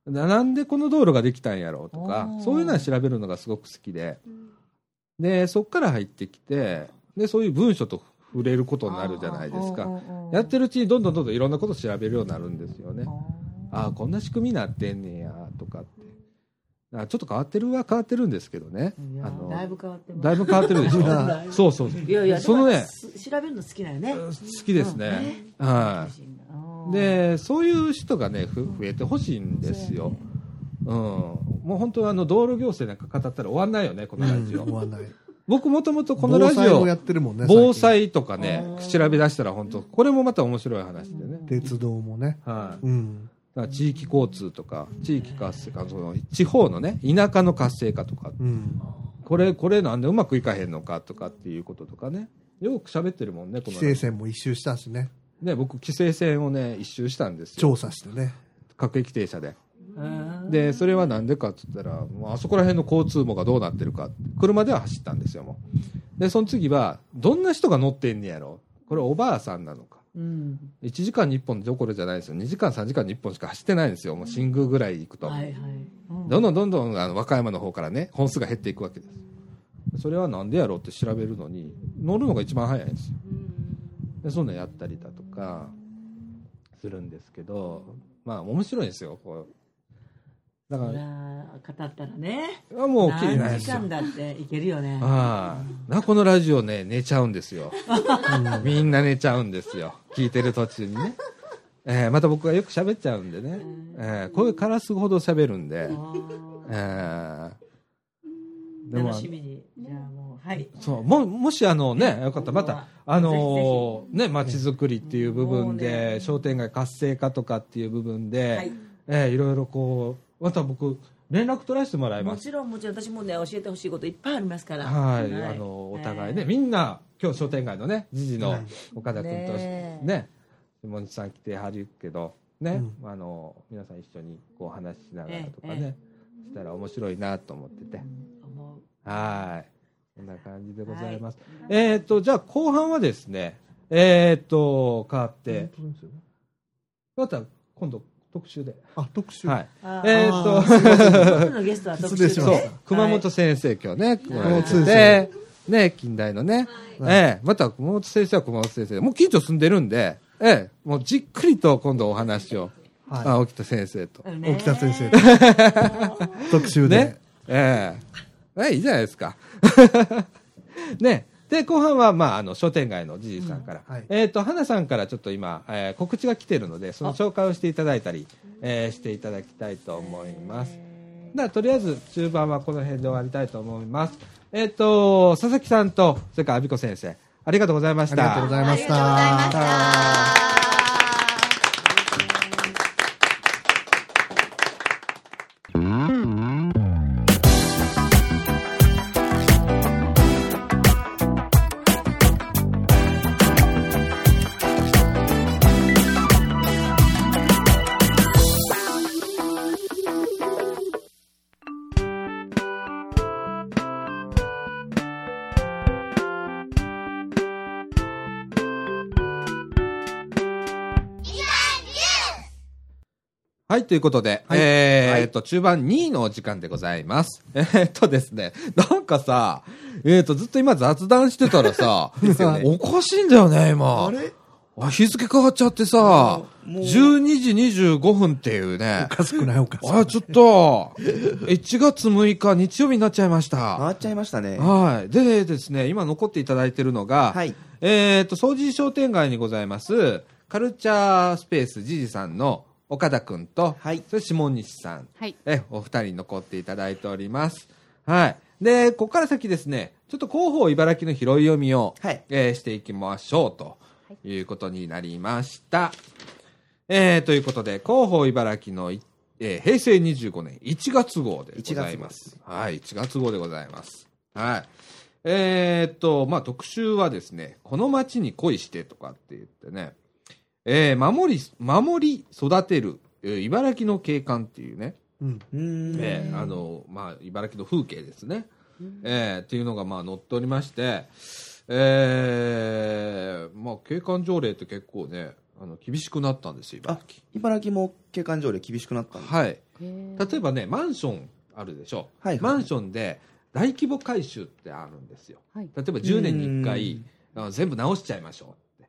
なんでこの道路ができたんやろうとか、そういうのは調べるのがすごく好きで、でそこから入ってきて、でそういう文書と触れることになるじゃないですか。やってるうちにどんどんどんどんいろんなことを調べるようになるんですよね。ああこんな仕組みになってんねやとかって、ちょっと変わってるは変わってるんですけどね。 あのだいぶ変わってます。 だいぶ変わってるでしょそうそうそう。 いやいや、 そのね、 調べるの好きだよね。 好きですね。はい。でそういう人がね増えてほしいんですよ。うん、もう本当はあの道路行政なんか語ったら終わんないよねこのラジオ。 終わんない。 僕もともとこのラジオ防災をやってるもんね。 防災とかね調べ出したら本当これもまた面白い話でね。 鉄道もね。 はい。うん。だから地域交通とか地域活性化、その地方のね田舎の活性化とか、うん、これこれなんでうまくいかへんのかとかっていうこととかね、よく喋ってるもんね。この規制線も一周したしね。 ね、僕規制線をね一周したんですよ。 調査してね。 各駅停車で。でそれはなんでかって言ったら、もうあそこら辺の交通網がどうなってるか、車では走ったんですよ。もうでその次はどんな人が乗ってんねやろ、これおばあさんなのか、うん、いちじかんにいっぽんどころじゃないですよ。にじかんさんじかんにいっぽんしか走ってないんですよ。もう新宮ぐらい行くと、はいはい、うん、どんどんどんどんあの和歌山の方からね本数が減っていくわけです。それはなんでやろうって調べるのに乗るのが一番早いんですよ。でそんなやったりだとかするんですけど、まあ面白いんですよ。こうだから語ったらね、 もうきりないですよ。 何時間だっていけるよね。 ああ、なこのラジオね寝ちゃうんですよ。うん、みんな寝ちゃうんですよ。聞いてる途中にね。えー、また僕がよく喋っちゃうんでね。えー、声からすほど喋るんで。えー、 でも楽しみに。じゃあもうはい。 そうももしあのねよかったらまたあのー、ね街づくりっていう部分で、ね、商店街活性化とかっていう部分で、はい、えー、いろいろこう。また僕連絡取らせてもらいます。 もちろんもちろん私もね教えてほしいこといっぱいありますから。 はい、はい、あのお互いね、えー、みんな今日商店街のね知事の岡田君とね、ね下地さん来てはるけどね、うん、あの皆さん一緒にこう話しながらとかね、えーえー、したら面白いなと思ってて、うん、はいこんな感じでございます。はい、えっ、ー、とじゃあ後半はですねえっ、ー、と変わって、また今度特集で。 あ、特集。 はい。えっと、 僕のゲストは特集で。そう。 熊本先生今日ね、熊本先生。ね、近代のね。ええ、また熊本先生は熊本先生。もう近所住んでるんで、ええ、もうじっくりと今度お話を。あ、沖田先生と。 沖田先生と。特集で。 ね。ええ。ええ、いいじゃないですか。ね。で後半は、まあ、あの商店街のじじさんから、うんはい、えーと花さんからちょっと今、えー、告知が来ているのでその紹介をしていただいたり、えー、していただきたいと思います。ではとりあえず中盤はこの辺で終わりたいと思います。えーと佐々木さんとそれから阿比子先生ありがとうございました。 ありがとうございました。 はい、ということで、はい、えー、っと、はい、中盤にいのお時間でございます。えー、っとですね、なんかさ、えー、っと、ずっと今雑談してたらさ、ね、おかしいんだよね、今。あれあ日付変わっちゃってさ、じゅうにじにじゅうごふんっていうね。 おかしくないおかしくない。 あ、ちょっと、いちがつむいか日曜日になっちゃいました。 回っちゃいましたね。 はい。でですね、今残っていただいているのが、はい、えー、っと、掃除商店街にございます、カルチャースペースじじさんの岡田君と、はい、それ下西さん、はい、えお二人残っていただいております。はい。で、ここから先ですね、ちょっと広報茨城の拾い読みを、はい、えー、していきましょうということになりました。はい、えー、ということで、広報茨城の、えー、へいせいにじゅうごねんいちがつ号でございます。はい、いちがつ号でございます。はい。えー、っと、まあ、特集はですね、この街に恋してとかって言ってね、えー、守り、守り育てる、えー、茨城の景観っていうね、うん、えー、あの、まあ、茨城の風景ですね、えー、っていうのが、まあ、載っておりまして、えー、まあ、景観条例って結構ね、あの、厳しくなったんですよ、茨城。 あ、茨城も景観条例厳しくなったんですか？ はい。 例えばねマンションあるでしょ、はいはい、マンションで大規模改修ってあるんですよ、はい、例えばじゅうねんにいっかい全部直しちゃいましょうって。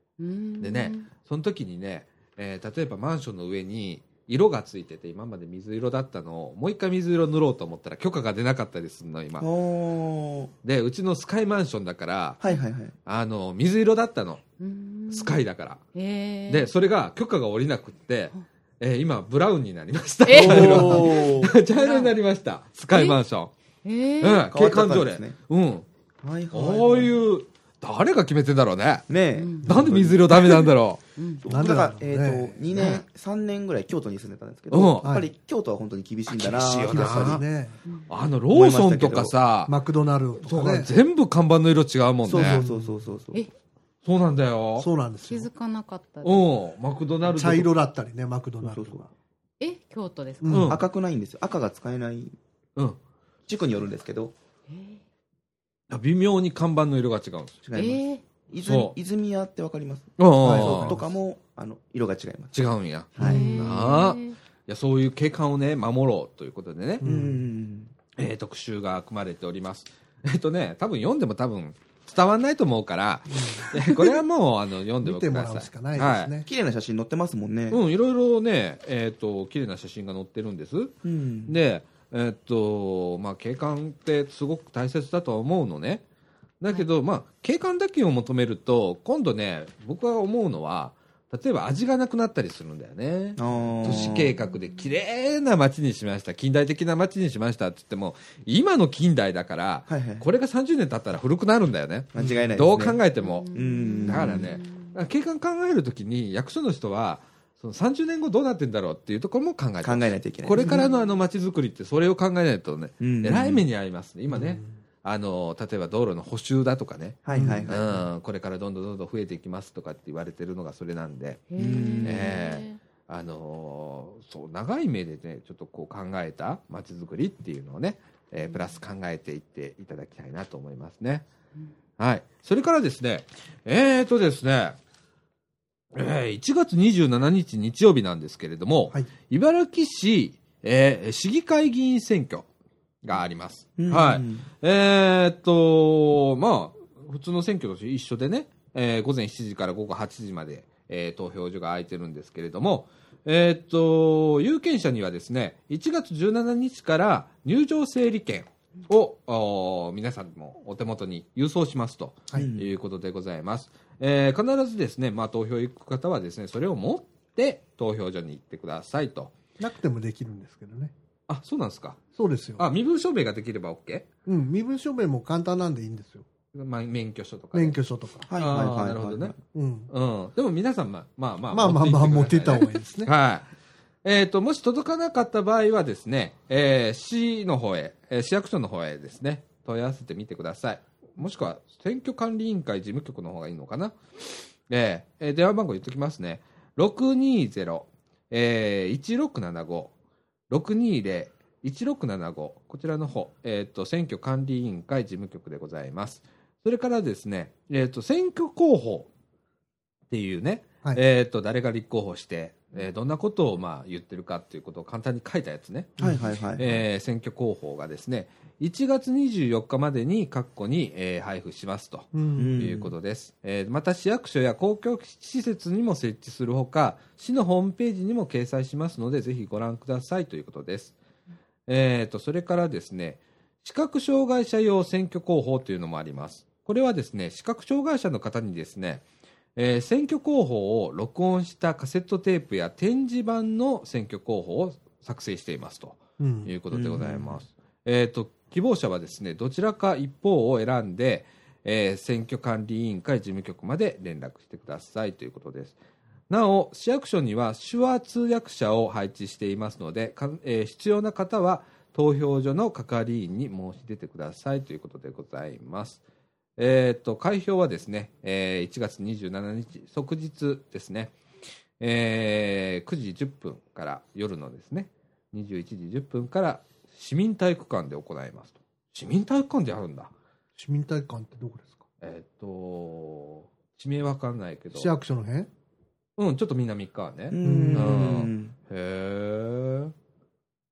でねその時にね、えー、例えばマンションの上に色がついてて今まで水色だったのをもう一回水色塗ろうと思ったら許可が出なかったりするの今で。うちのスカイマンションだから、はいはいはい、あの水色だったのスカイだから、えー、でそれが許可が下りなくって、えー、今ブラウンになりました、えー、茶色になりましたスカイマンション、えーうん、景観条例、ね、うん、はいはいはい、こういう誰が決めてんだろうね。ねえ、なんで水色ダメなんだろう。うん、 なんだからえっ、ー、とにねんさんねんぐらい京都に住んでたんですけど、うん、やっぱり京都は本当に厳しいんだな。厳しいよな。 ね、あのローソンとかさ、 マクドナルドとか、ね、 全部看板の色違うもんね。 そうそうそうそうそうそう。え、 そうなんだよ。 そうなんですよ。 気づかなかったです。 うん、マクドナルド茶色だったりね、マクドナルドが。 え、京都ですか。 うん、赤くないんですよ。赤が使えない。うん。地区によるんですけど。 えー、微妙に看板の色が違うんです。 違います。えー泉, 泉屋ってわかります？はい、とかもあの色が違います。 違うんや。はい。あいやそういう景観をね守ろうということでね、うんえー、特集が組まれております。えっ、ー、とね多分読んでも多分伝わらないと思うから、うん、これはもうあの読んでもください。見てもらうしかないですね。 綺麗な写真載ってますもんね。 うんいろいろねえっ、ー、と綺麗な写真が載ってるんです。うん、でえっ、ー、とまあ景観ってすごく大切だとは思うのね。だけど、はい、まあ、景観だけを求めると今度ね僕は思うのは例えば味がなくなったりするんだよね。都市計画で綺麗な街にしました近代的な街にしましたって言っても今の近代だから、はいはい、これがさんじゅうねん経ったら古くなるんだよね。 間違いないですね。 どう考えても。だからね景観考えるときに役所の人はそのさんじゅうねんごどうなってんだろうっていうところも考えて考えないといけない。 これからのあの街づくりってそれを考えないとねえらい目に遭いますね今ね。あの例えば道路の補修だとかね、はいはいはいうん、これからどんどんどんどん増えていきますとかって言われてるのがそれなんで、えーあのー、そう長い目でねちょっとこう考えた街づくりっていうのをね、えー、プラス考えていっていただきたいなと思いますね、うん、はいそれからですねえーとですねえー、いちがつにじゅうしちにち日曜日なんですけれども、はい、茨城市、えー、市議会議員選挙があります。うん、はい。えー、っと、まあ、普通の選挙と一緒でね、えー、午前しちじから午後はちじまで、えー、投票所が空いてるんですけれども、えー、っと、有権者にはですね、いちがつじゅうしちにちから入場整理券を皆さんもお手元に郵送しますということでございます。はいえー、必ずですね、まあ、投票行く方はですね、それを持って投票所に行ってくださいと。 なくてもできるんですけどね。 あ、そうなんですか。 そうですよ。 あ、身分証明ができれば OK？ うん、身分証明も簡単なんでいいんですよ。 まあ、免許証とか、ね。 免許証とか。 はいはいはい。なるほどね。うん。うん。でも皆さん、まあまあまあ。 まあまあまあ、持っていった方がいいですね。 はい。えっと、もし届かなかった場合はですね、えー、市の方へ、えー、市役所の方へですね、問い合わせてみてください。もしくは、選挙管理委員会事務局の方がいいのかな。えー、えー、電話番号言っときますね。ろくにーぜろ、えー、いちろくななご、ろくにーぜろ、いちろくななごこちらの方、えー、と選挙管理委員会事務局でございます。それからですね、えー、と選挙広報っていうね、はいえー、と誰が立候補して、えー、どんなことをまあ言ってるかっていうことを簡単に書いたやつね、はいはいはいえー、選挙広報がですねいちがつにじゅうよっかまでに各戸に、えー、配布しますということです、えー、また市役所や公共施設にも設置するほか市のホームページにも掲載しますのでぜひご覧くださいということです。えー、とそれからですね視覚障害者用選挙広報というのもあります。これはですね視覚障害者の方にですね、えー、選挙広報を録音したカセットテープや展示版の選挙広報を作成していますということでございます、うんえー、と希望者はですねどちらか一方を選んで、えー、選挙管理委員会事務局まで連絡してくださいということです。なお市役所には手話通訳者を配置していますので、えー、必要な方は投票所の係員に申し出てくださいということでございます。えー、と開票はですね、えー、いちがつにじゅうしちにち即日ですね、えー、くじじゅっぷんから夜のですねにじゅういちじじゅっぷんから市民体育館で行いますと。市民体育館でやるんだ。 市民体育館ってどこですか？ えっ、ー、と地名わかんないけど市役所の辺うんちょっと南側ね。うんうんへえ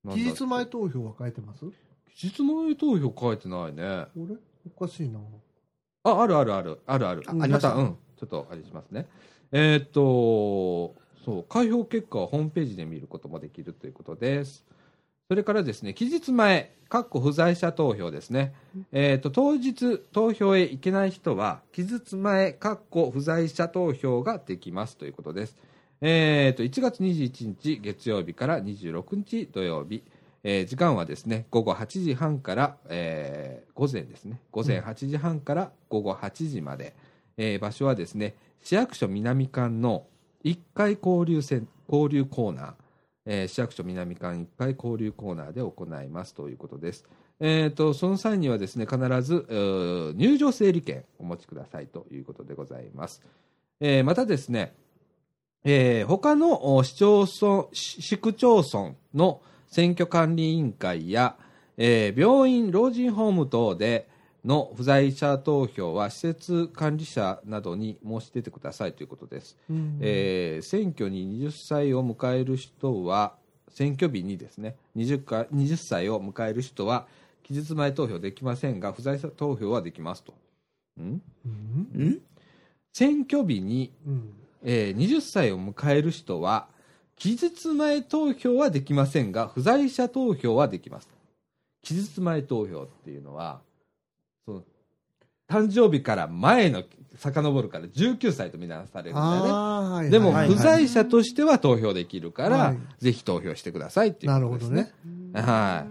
期日前投票は書いてます？ 期日前投票書いてないね。あれおかしいな。 あ、あるあるある、あるある。 あ、ありました。 うん。ちょっとあれしますね。えー、っと、そう、開票結果はホームページで見ることもできるということです。それからですね、期日前、かっこ不在者投票ですね。えー、っと、当日投票へ行けない人は、期日前、かっこ不在者投票ができますということです。えー、っと、いちがつにじゅういちにち月曜日からにじゅうろくにち土曜日、えー、時間はですね、ごごはちじはんから、えー、午前ですね、午前はちじはんからごごはちじまで、えー、場所はですね、市役所南館のいっかい交流セン、交流コーナー、えー、市役所南館いっかい交流コーナーで行いますということです。えー、とその際にはですね、必ず入場整理券お持ちくださいということでございます。えー、またですね、えー、他の市町村、市区町村の選挙管理委員会や、えー、病院、老人ホーム等での不在者投票は施設管理者などに申し出てくださいということです。えー、選挙にはたちを迎える人は、選挙日にですね、はたちを迎える人は期日前投票できませんが、不在者投票はできますと。んん選挙日に、うんえー、はたちを迎える人は期日前投票はできませんが、不在者投票はできます。期日前投票っていうのは、その誕生日から前の遡るからじゅうきゅうさいとみなされるんだよね、はい、でも不在者としては投票できるから、はい、ぜひ投票してくださいっていうことですね。なるほどね。はい。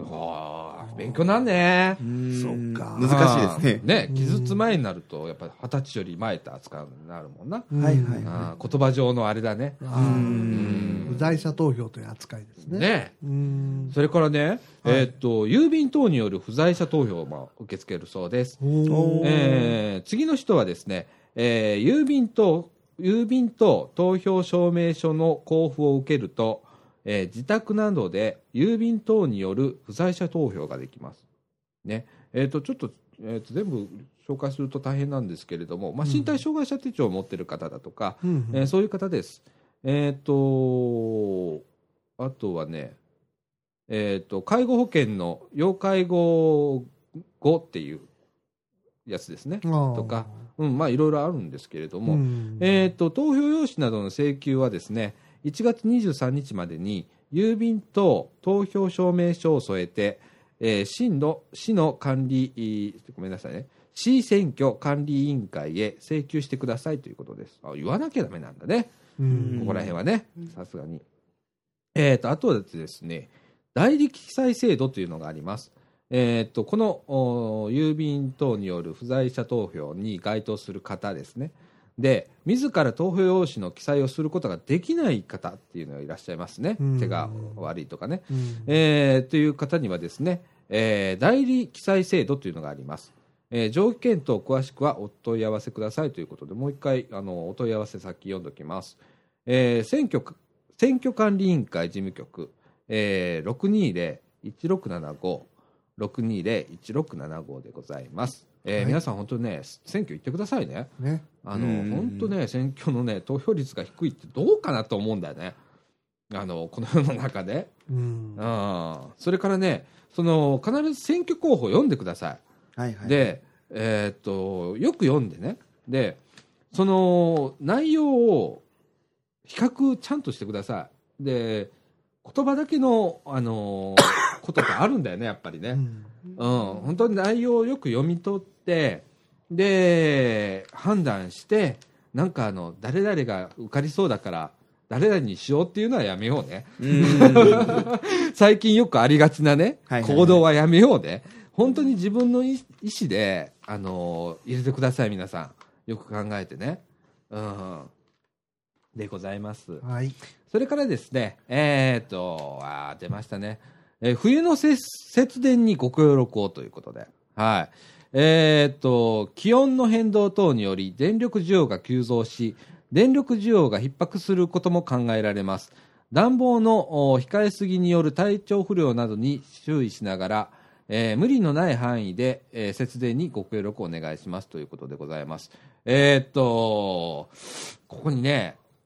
はあ、勉強なんね。 そっか。難しいですね。 ね、期日前になるとやっぱりはたちより前って扱うになるもんな。 はいはいはい。言葉上のあれだね。 不在者投票という扱いですね。 ね。うんそれからね、えー、っと郵便等による不在者投票を受け付けるそうです。えー、次の人はですね、えー、郵便と郵便と投票証明書の交付を受けると。えー、自宅などで郵便等による不在者投票ができます。ねえー、とちょっと、えー、と全部紹介すると大変なんですけれども、まあ、身体障害者手帳を持っている方だとか、うんえー、そういう方です。えー、とあとはね、えー、と介護保険の要介護後っていうやつですねとか、うんまあ、いろいろあるんですけれども、うんえー、と投票用紙などの請求はですねいちがつにじゅうさんにちまでに郵便と投票証明書を添えて、えー、市の、市の管理、ごめんなさいね、市選挙管理委員会へ請求してくださいということです。あ、言わなきゃダメなんだね。うんここら辺はね、さすがに。えーと、あとはですね、代理記載制度というのがあります。えーと、この郵便等による不在者投票に該当する方ですね。で自ら投票用紙の記載をすることができない方っていうのがいらっしゃいますね。手が悪いとかね、えー、という方にはですね、えー、代理記載制度というのがあります。えー、条件等詳しくはお問い合わせくださいということで、もう一回あのお問い合わせ先読んでおきます。えー、選挙選挙管理委員会事務局、えー、ろくにーぜろ いちろくななご ろくにーぜろ いちろくななごでございます。えーはい、皆さん本当にね選挙行ってくださいね。ねあの本当ね選挙のね投票率が低いってどうかなと思うんだよね。あのこの世の中で。うんあそれからねその必ず選挙候補を読んでください。はいはい、で、えー、っとよく読んでねでその内容を比較ちゃんとしてください。で言葉だけの、あのー、ことってあるんだよねやっぱりね。うんうん、本当に内容をよく読み取ってで判断してなんかあの誰々が受かりそうだから誰々にしようっていうのはやめようね。うん最近よくありがちなね、はいはいはい、行動はやめようね。本当に自分の意思で、あのー、入れてください皆さんよく考えてね、うん、でございます、はい、それからですねえー、っとあ出ましたねえー、冬の節電にご協力をということで、はいえー、っと気温の変動等により電力需要が急増し電力需要が逼迫することも考えられます。暖房の控えすぎによる体調不良などに注意しながら、えー、無理のない範囲で、えー、節電にご協力をお願いしますということでございます。えー、っとここにね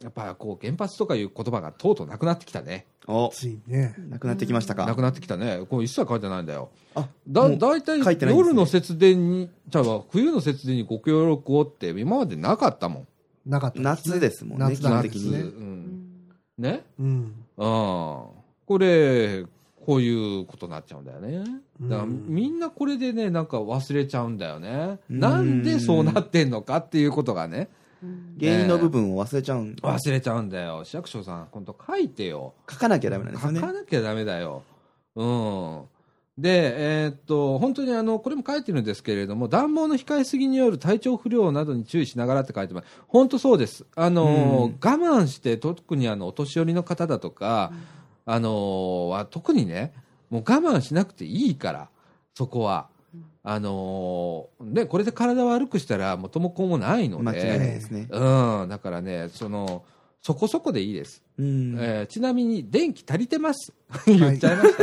やっぱこう原発とかいう言葉がとうとうなくなってきたね。 おついね。 なくなってきましたか。 なくなってきたね。これ一切書いてないんだよ。 あ、 だだいたい夜の節電に、じゃあ冬の節電にご協力をって今までなかったもん。 なかった、 ね。夏ですもんね。 夏だ的にね。 うん。ね。 うん。 ああ。これこういうことになっちゃうんだよね。だからみんなこれでねなんか忘れちゃうんだよね。んなんでそうなってんのかっていうことがね。 原因の部分を忘れちゃうんだ、忘れちゃうんだよ。市役所さん今度書いてよ。 書かなきゃダメなんですよね。 書かなきゃダメだよ。うん。で、えー、っと本当にあのこれも書いてるんですけれども、暖房の控えすぎによる体調不良などに注意しながらって書いてます。本当そうです。あの、うん、我慢して特にあのお年寄りの方だとか、うん、あのは特にねもう我慢しなくていいからそこは。あのー、ね、これで体を悪くしたら元も子もないので、 間違いないですね。 うん、だからね、そのそこそこでいいです。うんえー、ちなみに電気足りてます言っちゃいました。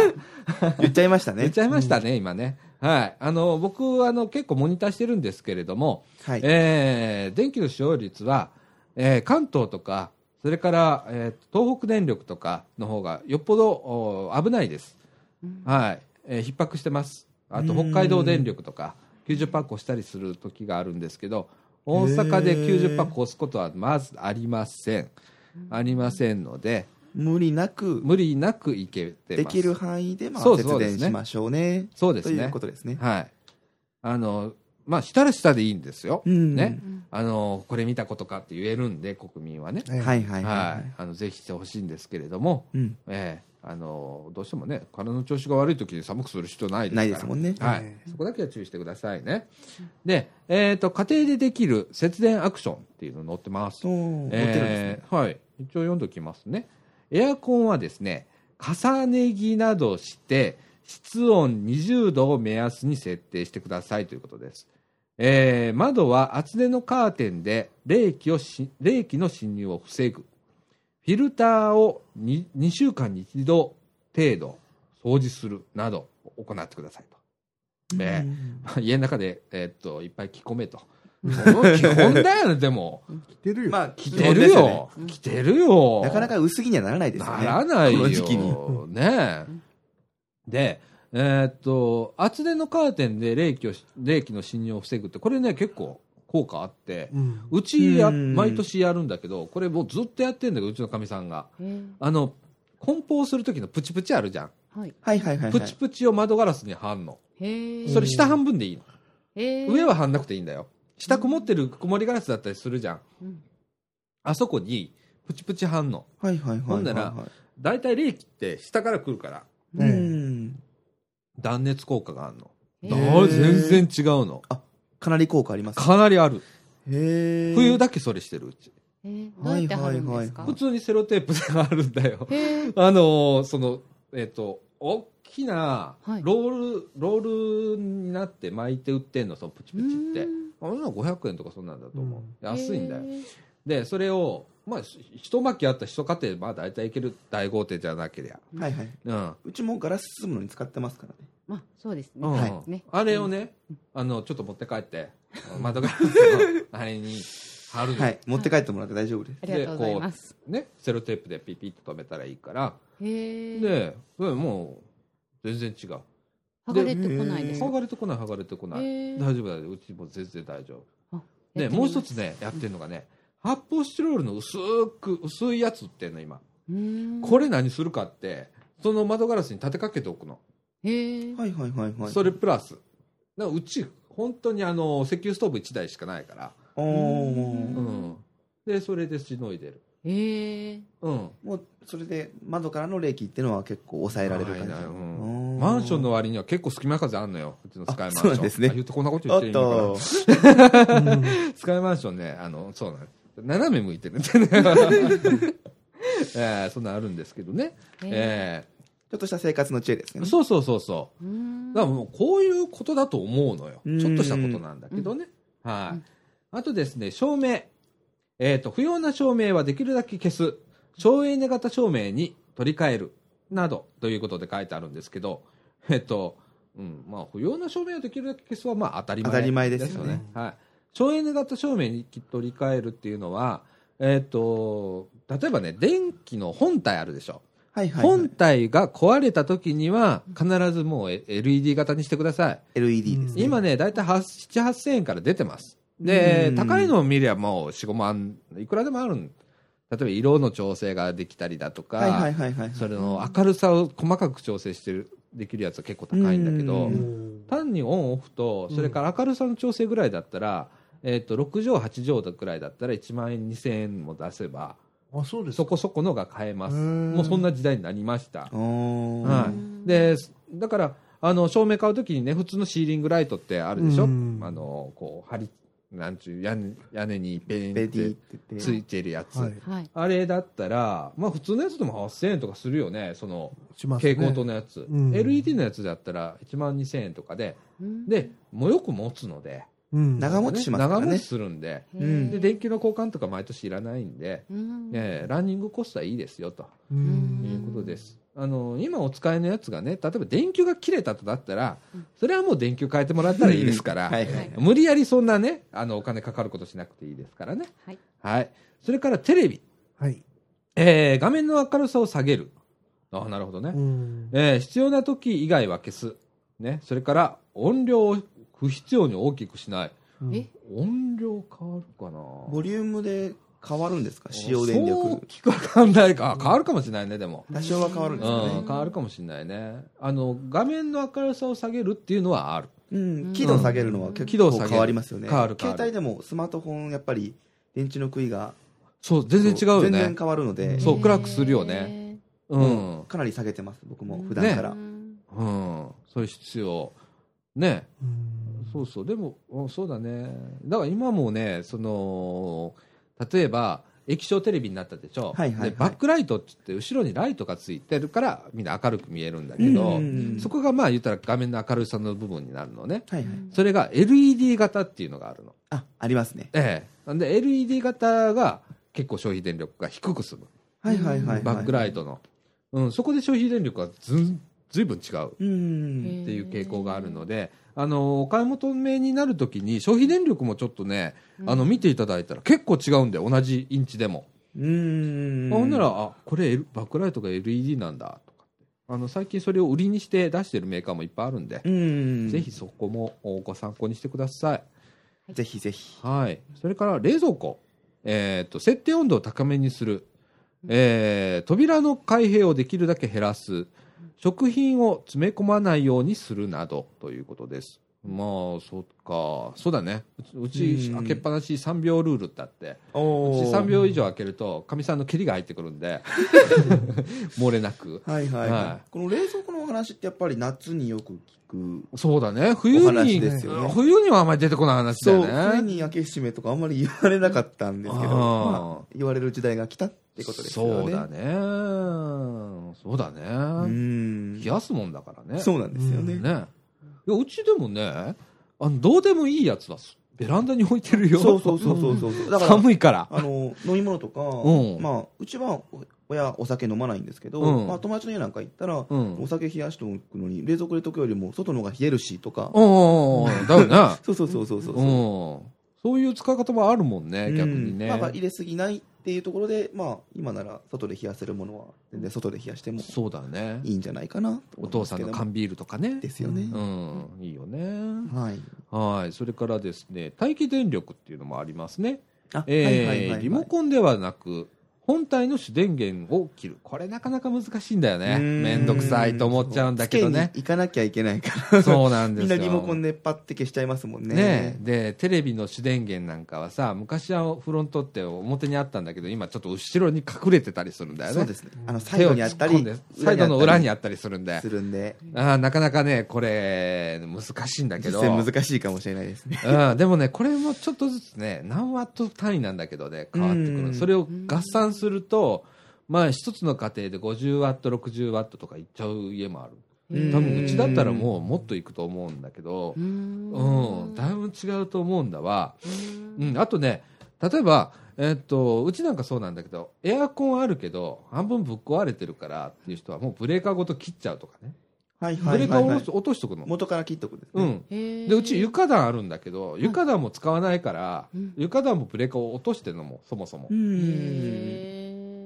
言っちゃいましたね。 言っちゃいましたね、うん、今ね。はい、あの僕あの結構モニターしてるんですけれども、はいえー、電気の使用率は、えー、関東とかそれから、えー、東北電力とかの方がよっぽど危ないです。うん、はい、えー、逼迫してます。あと北海道電力とか きゅうじゅっパーセント 越したりする時があるんですけど、大阪で きゅうじゅっパーセント 越すことはまずありません。ありませんので、 無理なく無理なくいけてます。 できる範囲でまあ節電しましょうね。 そうですね。 ということですね。 はい。あのまあしたらしたでいいんですよ。うん、ね。あのこれ見たことかって言えるんで国民はね。 はいはいはい、 はい。あのぜひしてほしいんですけれども、うん、えーあのどうしてもね体の調子が悪い時に寒くする必要ないですからないですもんね、 はい、そこだけは注意してくださいね。で、えーと、家庭でできる節電アクションっていうの載ってます。載ってるんですね。はい、一応読んでおきますね。エアコンはですね重ね着などして室温にじゅうどを目安に設定してくださいということです。えー、窓は厚手のカーテンで冷気をし冷気の侵入を防ぐ。フィルターを 2, にしゅうかんにいちど程度掃除するなど行ってくださいと、ねまあ、家の中で、えー、っといっぱい着込めとその基本だよね。でも着てるよ、 まあ、着てるよ、ね、着てるよ。 なかなか薄着にはならないですよね。 ならないよこの時期にね。で、えー、っと厚手のカーテンで冷気を冷気の侵入を防ぐってこれね結構効果あって、うん、うちや毎年やるんだけどこれもうずっとやってるんだけどうちのかみさんがあの梱包する時のプチプチあるじゃん、 はい、はいはいはいはいプチプチを窓ガラスに貼んの。へそれ下半分でいいの。へ上は貼んなくていいんだよ。下曇ってる曇りガラスだったりするじゃん、うん、あそこにプチプチ貼んの。 はいはいはいはい、はい、ほんならだいたい冷気って下から来るからうん断熱効果があるの。全然違うの。 あかなり効果あります、ね、 かなりある。 へ冬だけそれしてるうち。 えー、どうやって貼るんですか？ 普通にセロテープで貼るんだよ。あのそのえっ、ー、と大きなロール、はい、ロールになって巻いて売ってんのそのプチプチって。あのごひゃくえんとかそんなんだと思う。うん、安いんだよ。でそれをまあ一巻きあった一家庭まあ大体いける大豪邸じゃなけりゃ。 はいはい。うん。うちもガラス包むのに使ってますからね。 まあそうですね。 うんはいね。 あれをね、うん、あのちょっと持って帰って窓ガラスのあれに貼るの。 はい。持って帰ってもらって大丈夫です。 ありがとうございます。 ね、セロテープでピピッと留めたらいいから。 へえ。 で、もう全然違う。 剥がれてこないですか？ 剥がれてこない剥がれてこない。大丈夫だよ。うちも全然大丈夫。でもう一つねやってるのがね、発泡スチロールの薄く薄いやつっていうの今。これ何するかってその窓ガラスに立てかけておくの。 へえ。 はいはいはいはい。 それプラスだからうち本当にあの石油ストーブいちだいしかないから。 おー、うん、でそれでしのいでる。 へえ。 うん。 もうそれで窓からの冷気っていうのは結構抑えられる感じ。 うん、マンションの割には結構隙間風あんのよ。うちのスカイマンション。 そうなんですね。 言ってこんなこと言っていいのかな。スカイマンションね、あのそうなんです。斜め向いてるんでね。えー、そんなあるんですけどね。えーちょっとした生活の知恵ですね。 そうそうそうそう。だからもうこういうことだと思うのよ。ちょっとしたことなんだけどね。はい。あとですね、照明。えっと、不要な照明はできるだけ消す。省エネ型照明に取り替える。など、ということで書いてあるんですけど、えっと、うん、まあ、不要な照明はできるだけ消すは、まあ、当たり前ですよね。当たり前ですよね。はい。省エネ型照明に取り替えるっていうのは、 えっと、例えばね、電気の本体あるでしょ。 はいはいはい、 本体が壊れた時には必ずもう エルイーディー 型にしてください。 エルイーディー ですね。 今ね、だいたいなな、はっせんえんから出てます。で、高いのを見ればもうよん、ごまん、いくらでもあるん。例えば色の調整ができたりだとか、はいはいはいはい、それの明るさを細かく調整してる、できるやつは結構高いんだけど、単にオンオフと、それから明るさの調整ぐらいだったら、えっと、ろくじょう、はちじょうくらいだったらいちまんえん、にせんえんも出せば、 あ、そうですか。 そこそこのが買えます。もうそんな時代になりました。はい、でだからあの照明買うときにね、普通のシーリングライトってあるでしょ。あのこう張りなんちゅう屋根、屋根にペンってついてるやつ、はい、あれだったら、まあ、普通のやつでもはっせんえんとかするよね、その蛍光灯のやつ、うん、エルイーディー のやつだったらいちまんにせんえんとかで、うん、でもうよく持つので。 うん、長持ちしますからね。 長持ちするんで、で電気の交換とか毎年いらないんで、えー、ランニングコストはいいですよということです。あの今お使いのやつがね、例えば電球が切れたとだったら、それはもう電球変えてもらったらいいですから、はいはい、無理やりそんなね、あのお金かかることしなくていいですからね。はい、はい、それからテレビ、はい、えー、画面の明るさを下げる。あ、なるほどね、えー、必要な時以外は消す、ね、それから音量を不必要に大きくしない。え、音量変わるかな。 ボリュームで変わるんですか、使用電力。 そう聞くわかんないか、変わるかもしれないね。でも多少は変わるんですかね、 うん、変わるかもしれないね。あの画面の明るさを下げるっていうのはある、 うん、輝度下げるのは結構変わりますよね。変わる変わる。携帯でもスマートフォンやっぱり電池の食いがそう全然違うよね。 全然変わるので、 そう暗くするよね、うん、 うん、かなり下げてます僕も普段から、ね、 うん、そういう必要ね、うん、そうそう。でもそうだね。だから今もね、その例えば液晶テレビになったでしょ、はいはいはい、でバックライトって言って後ろにライトがついてるからみんな明るく見えるんだけど、そこがまあ言ったら画面の明るさの部分になるのね、はいはい、それが エルイーディー 型っていうのがあるの。 あ、ありますね。 ええ。で エルイーディー 型が結構消費電力が低く済む、はいはいはいはい、バックライトの、うん、そこで消費電力がずずいぶん違うっていう傾向があるので、あのお買い求めになるときに消費電力もちょっとね、うん、あの見ていただいたら結構違うんで、同じインチでも。うーん、ほんなら、あ、これ、L、バックライトが エルイーディー なんだとかって、あの最近それを売りにして出してるメーカーもいっぱいあるんで、うんぜひそこもご参考にしてください。 ぜひぜひ。 はい。それから冷蔵庫、えー、と設定温度を高めにする、えー、扉の開閉をできるだけ減らす、食品を詰め込まないようにするなどということです。まあそうか、そうだね。うち開けっぱなしさんびょうルールってあって、うちさんびょう以上開けるとかみさんの蹴りが入ってくるんで漏れなく。 はいはい、はいはい、この冷蔵庫のお話ってやっぱり夏によく聞く。 そうだね。冬にですよね。冬にはあんまり出てこない話だよね。 そう、冬に開け閉めとかあんまり言われなかったんですけど、まあ、言われる時代が来たってことですよね。 そうだね。そうだね。うん。冷やすもんだからね。 そうなんですよね。 ね。いやうちでもね、あのどうでもいいやつはベランダに置いてるよ。 そうそうそうそうそう。 だから寒いから。 あの飲み物とか、うん、まあうちは親お酒飲まないんですけど、うん、まあ友達の家なんか行ったら、うん、お酒冷やしておくのに冷蔵庫で溶くよりも外の方が冷えるしとか。 うん、だよね。 そうそうそうそうそう。 うん、そういう使い方もあるもんね、逆にね。 まあ入れすぎないっていうところで、まあ今なら外で冷やせるものは全然外で冷やしてもそうだね、 いいんじゃないかな。 お父さんの缶ビールとかね。 ですよね。 うん、いいよね。 はい。 はい。それからですね、待機電力っていうのもありますね。あ、えーはいはいはいはい、リモコンではなく本体の主電源を切る。これなかなか難しいんだよね。めんどくさいと思っちゃうんだけどね。 行かなきゃいけないからそうなんですよ。 みんなリモコンでパッて消しちゃいますもんね。 ねでテレビの主電源なんかはさ、昔はフロントって表にあったんだけど、今ちょっと後ろに隠れてたりするんだよね。 そうですね。あのサイドにあったりサイドの裏にあったりするんで。 するんで。 あなかなかねこれ難しいんだけど。 実際難しいかもしれないですね。 うん、でもねこれもちょっとずつね何ワット単位なんだけどね変わってくる。それを合算すると。まあ一つの家庭でごじゅうワットろくじゅうワットとかいっちゃう家もある。多分うちだったらもうもっといくと思うんだけど、うん、だいぶ違うと思うんだわ。うん、あとね例えば、えー、っとうちなんかそうなんだけど、エアコンあるけど半分ぶっ壊れてるからっていう人はもうブレーカーごと切っちゃうとかね。 はいブレーカーを落としとくの。 元から切っとくんですね。 うん。で、うち床暖あるんだけど、床暖も使わないから、うん、床暖もブレーカーを落としてるのも、そもそも。うん。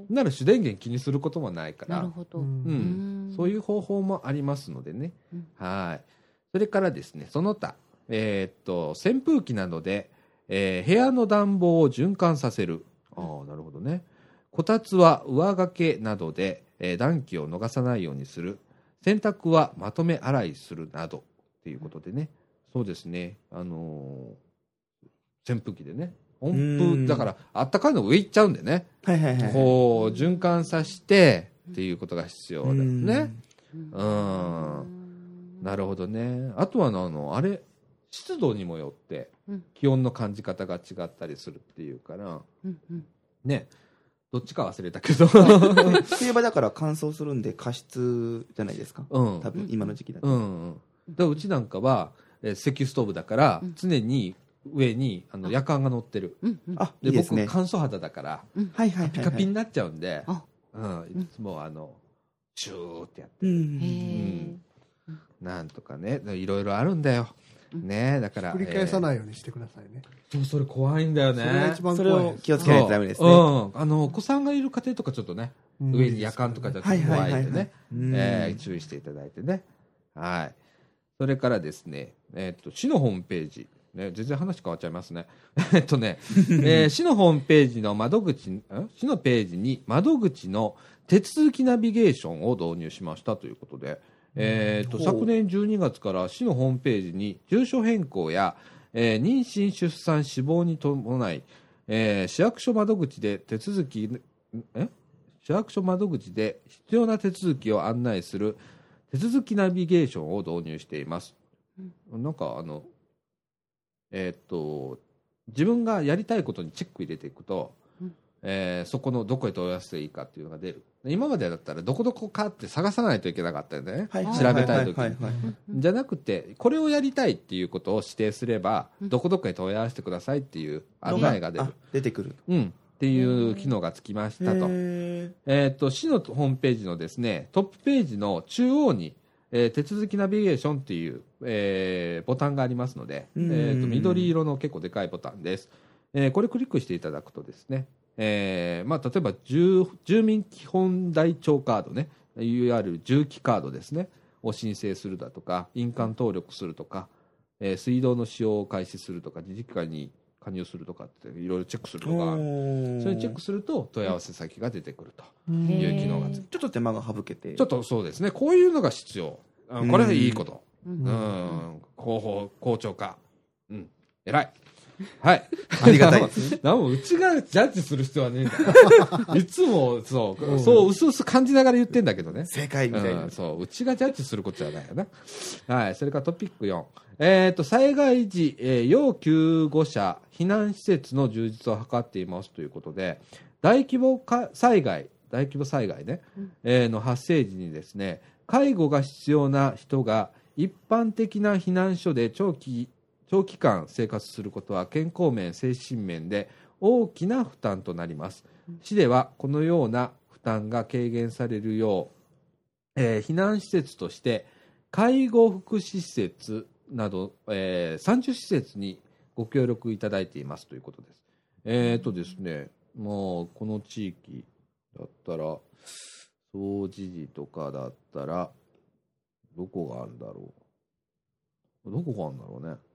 なら主電源気にすることもないから。 なるほど。うん。そういう方法もありますのでね。うん、はい。それからですね、その他、えー、っと、扇風機などで、えー、部屋の暖房を循環させる。ああ、なるほどね。こたつは上掛けなどで、えー、暖気を逃さないようにする。洗濯はまとめ洗いするなどということでね。そうですね。あのー、扇風機でね。温風だからあったかいの上行っちゃうんでね。はいはいはい。こう循環させてっていうことが必要ですね。うん。なるほどね。あとはあのあれ湿度にもよって気温の感じ方が違ったりするっていうから、うんうん、ね。どっちか忘れたけど冬場だから乾燥するんで加湿じゃないですか、うん、多分今の時期だと、うんうん、 だからうちなんかは、えー、石油ストーブだから、うん、常に上にあの夜間が乗ってる、うんうん、あで僕いい、ね、乾燥肌だから、うん、ピカピになっちゃうんで、うん、いつもあのシューってやってる、うんうん、なんとかねいろいろあるんだよね、だから繰り返さないようにしてくださいね。 そう、それ怖いんだよね。 それが一番怖い。 それを気をつけないとダメですね。 うん、あのお子さんがいる家庭とかちょっとね、うん、上に夜間とかじゃ怖いんでね、注意していただいてね。はい。それからですね、えっと市のホームページ、ね、全然話変わっちゃいますね。えっとね、えー、市のホームページの窓口、市のページに窓口の手続きナビゲーションを導入しましたということで。えー、と昨年じゅうにがつから市のホームページに住所変更や、えー、妊娠出産死亡に伴い、えー、市役所窓口で手続きえ市役所窓口で必要な手続きを案内する手続きナビゲーションを導入しています、うん、なんかあのえっ、ー、と自分がやりたいことにチェック入れていくと、うんえー、そこのどこへ問い合わせていいかっていうのが出る。今までだったらどこどこかって探さないといけなかったよね、はい、調べたいときにじゃなくてこれをやりたいっていうことを指定すれば、うん、どこどこへ問い合わせてくださいっていう案内が出る出てくる、 うん、っていう機能がつきましたと、えー、と市のホームページのですねトップページの中央に、えー、手続きナビゲーションっていう、えー、ボタンがありますので、えー、と緑色の結構でかいボタンです、えー、これクリックしていただくとですねえーまあ、例えば 住, 住民基本台帳カードねいわゆる住基カードですねを申請するだとか印鑑登録するとか、えー、水道の使用を開始するとか自治会に加入するとかっていろいろチェックするとかそれチェックすると問い合わせ先が出てくるという機能がつちょっと手間が省けてちょっとそうですねこういうのが必要これはいいことうんうん広報校長かうん偉いはい。 ありがたいです。 なんもうちがジャッジする必要はねえんだ。いつもそう、うん、そう薄々感じながら言ってんだけどね。 正解みたいな、 うん。そう、うちがジャッジすることじゃないよな。はい。それからトピックよん。えっ、ー、と、災害時、えー、要救護者、避難施設の充実を図っていますということで、大規模か災害、大規模災害ね、うんえー、の発生時にですね、介護が必要な人が一般的な避難所で長期長期間生活することは健康面、精神面で大きな負担となります。市ではこのような負担が軽減されるよう、えー、避難施設として介護福祉施設など、えー、さんじゅう施設にご協力いただいていますということです。えーとですね、もうこの地域だったら総知事とかだったらどこがあるんだろうどこがあるんだろうね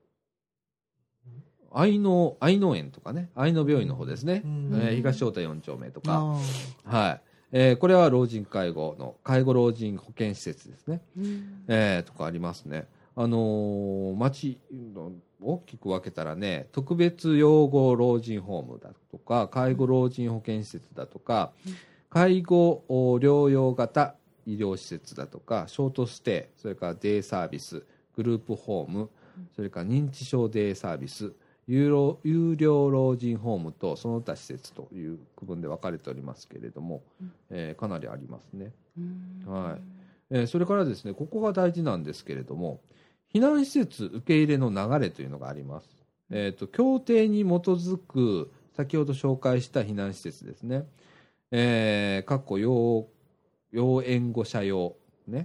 愛の愛の園とかね愛の病院の方ですね、えー、東太田よん丁目とか、はいえー、これは老人介護の介護老人保健施設ですね、えー、とかありますね。あのー、町大きく分けたらね特別養護老人ホームだとか介護老人保健施設だとか、うん、介護療養型医療施設だとかショートステイそれからデイサービスグループホームそれから認知症デイサービス有料老人ホームとその他施設という区分で分かれておりますけれども、うんえー、かなりありますね、はいえー、それからですねここが大事なんですけれども避難施設受け入れの流れというのがあります、えーと、協定に基づく先ほど紹介した避難施設ですね、えー、かっこ要、要援護者用ね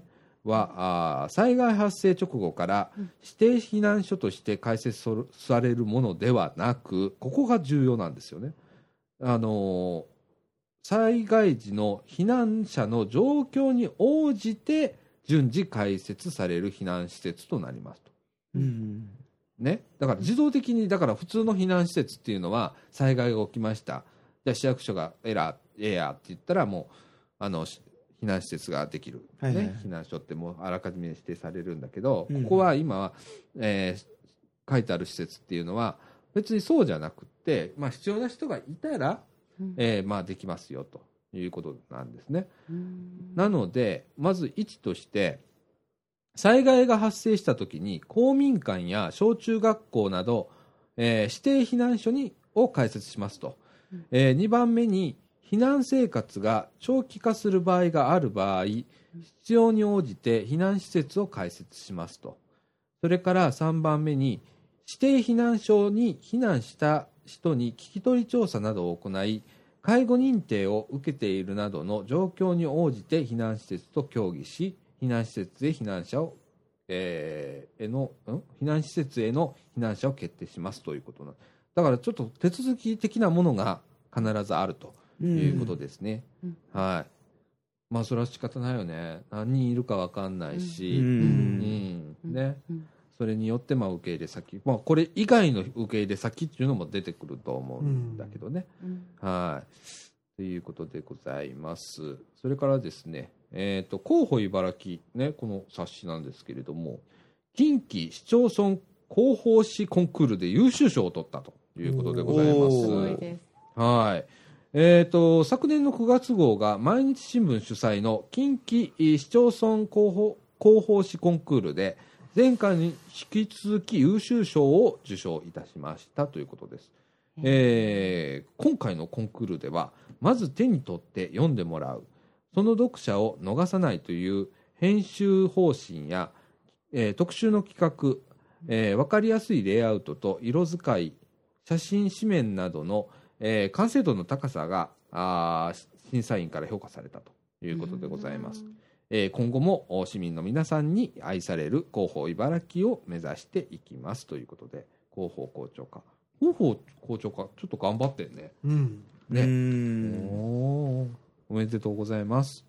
はあ災害発生直後から指定避難所として開設されるものではなく、ここが重要なんですよね。あの災害時の避難者の状況に応じて順次開設される避難施設となりますと、うんね、だから自動的に、だから普通の避難施設っていうのは災害が起きました、じゃあ市役所がエラーエアーって言ったらもうあの避難施設ができる、ねはいはいはい、避難所ってもうあらかじめ指定されるんだけど、うん、ここは今は、えー、書いてある施設っていうのは別にそうじゃなくて、まあ、必要な人がいたら、うんえーまあ、できますよということなんですね。なのでまずいちとして災害が発生したときに公民館や小中学校など、えー、指定避難所にを開設しますと、うんえー、にばんめに避難生活が長期化する場合がある場合、必要に応じて避難施設を開設しますと。それからさんばんめに指定避難所に避難した人に聞き取り調査などを行い、介護認定を受けているなどの状況に応じて避難施設と協議し、避難施設へ避難者を、えー、への、ん避難施設への避難者を決定しますということな。だからちょっと手続き的なものが必ずあるということですね。うん、はい。まあそれは仕方ないよね。何人いるか分かんないし、うんうんうん、ね。うんそれによってまあ受け入れ先、まあ、これ以外の受け入れ先っていうのも出てくると思うんだけどね、うんうん、はいということでございます。それからですね、えーと、広報茨城、ね、この冊子なんですけれども、近畿市町村広報誌コンクールで優秀賞を取ったということでございます。すごいです。はい。えーと、昨年のくがつ号が毎日新聞主催の近畿市町村広報、広報誌コンクールで前回に引き続き優秀賞を受賞いたしましたということです。えー、今回のコンクールではまず手に取って読んでもらう、その読者を逃さないという編集方針や、えー、特集の企画、えー、分かりやすいレイアウトと色使い、写真紙面などの、えー、完成度の高さがあ審査員から評価されたということでございます。えー、今後も市民の皆さんに愛される広報茨城を目指していきますということで、広報校長課広報校長課ちょっと頑張ってんね、うん、ねうんおおめでとうございます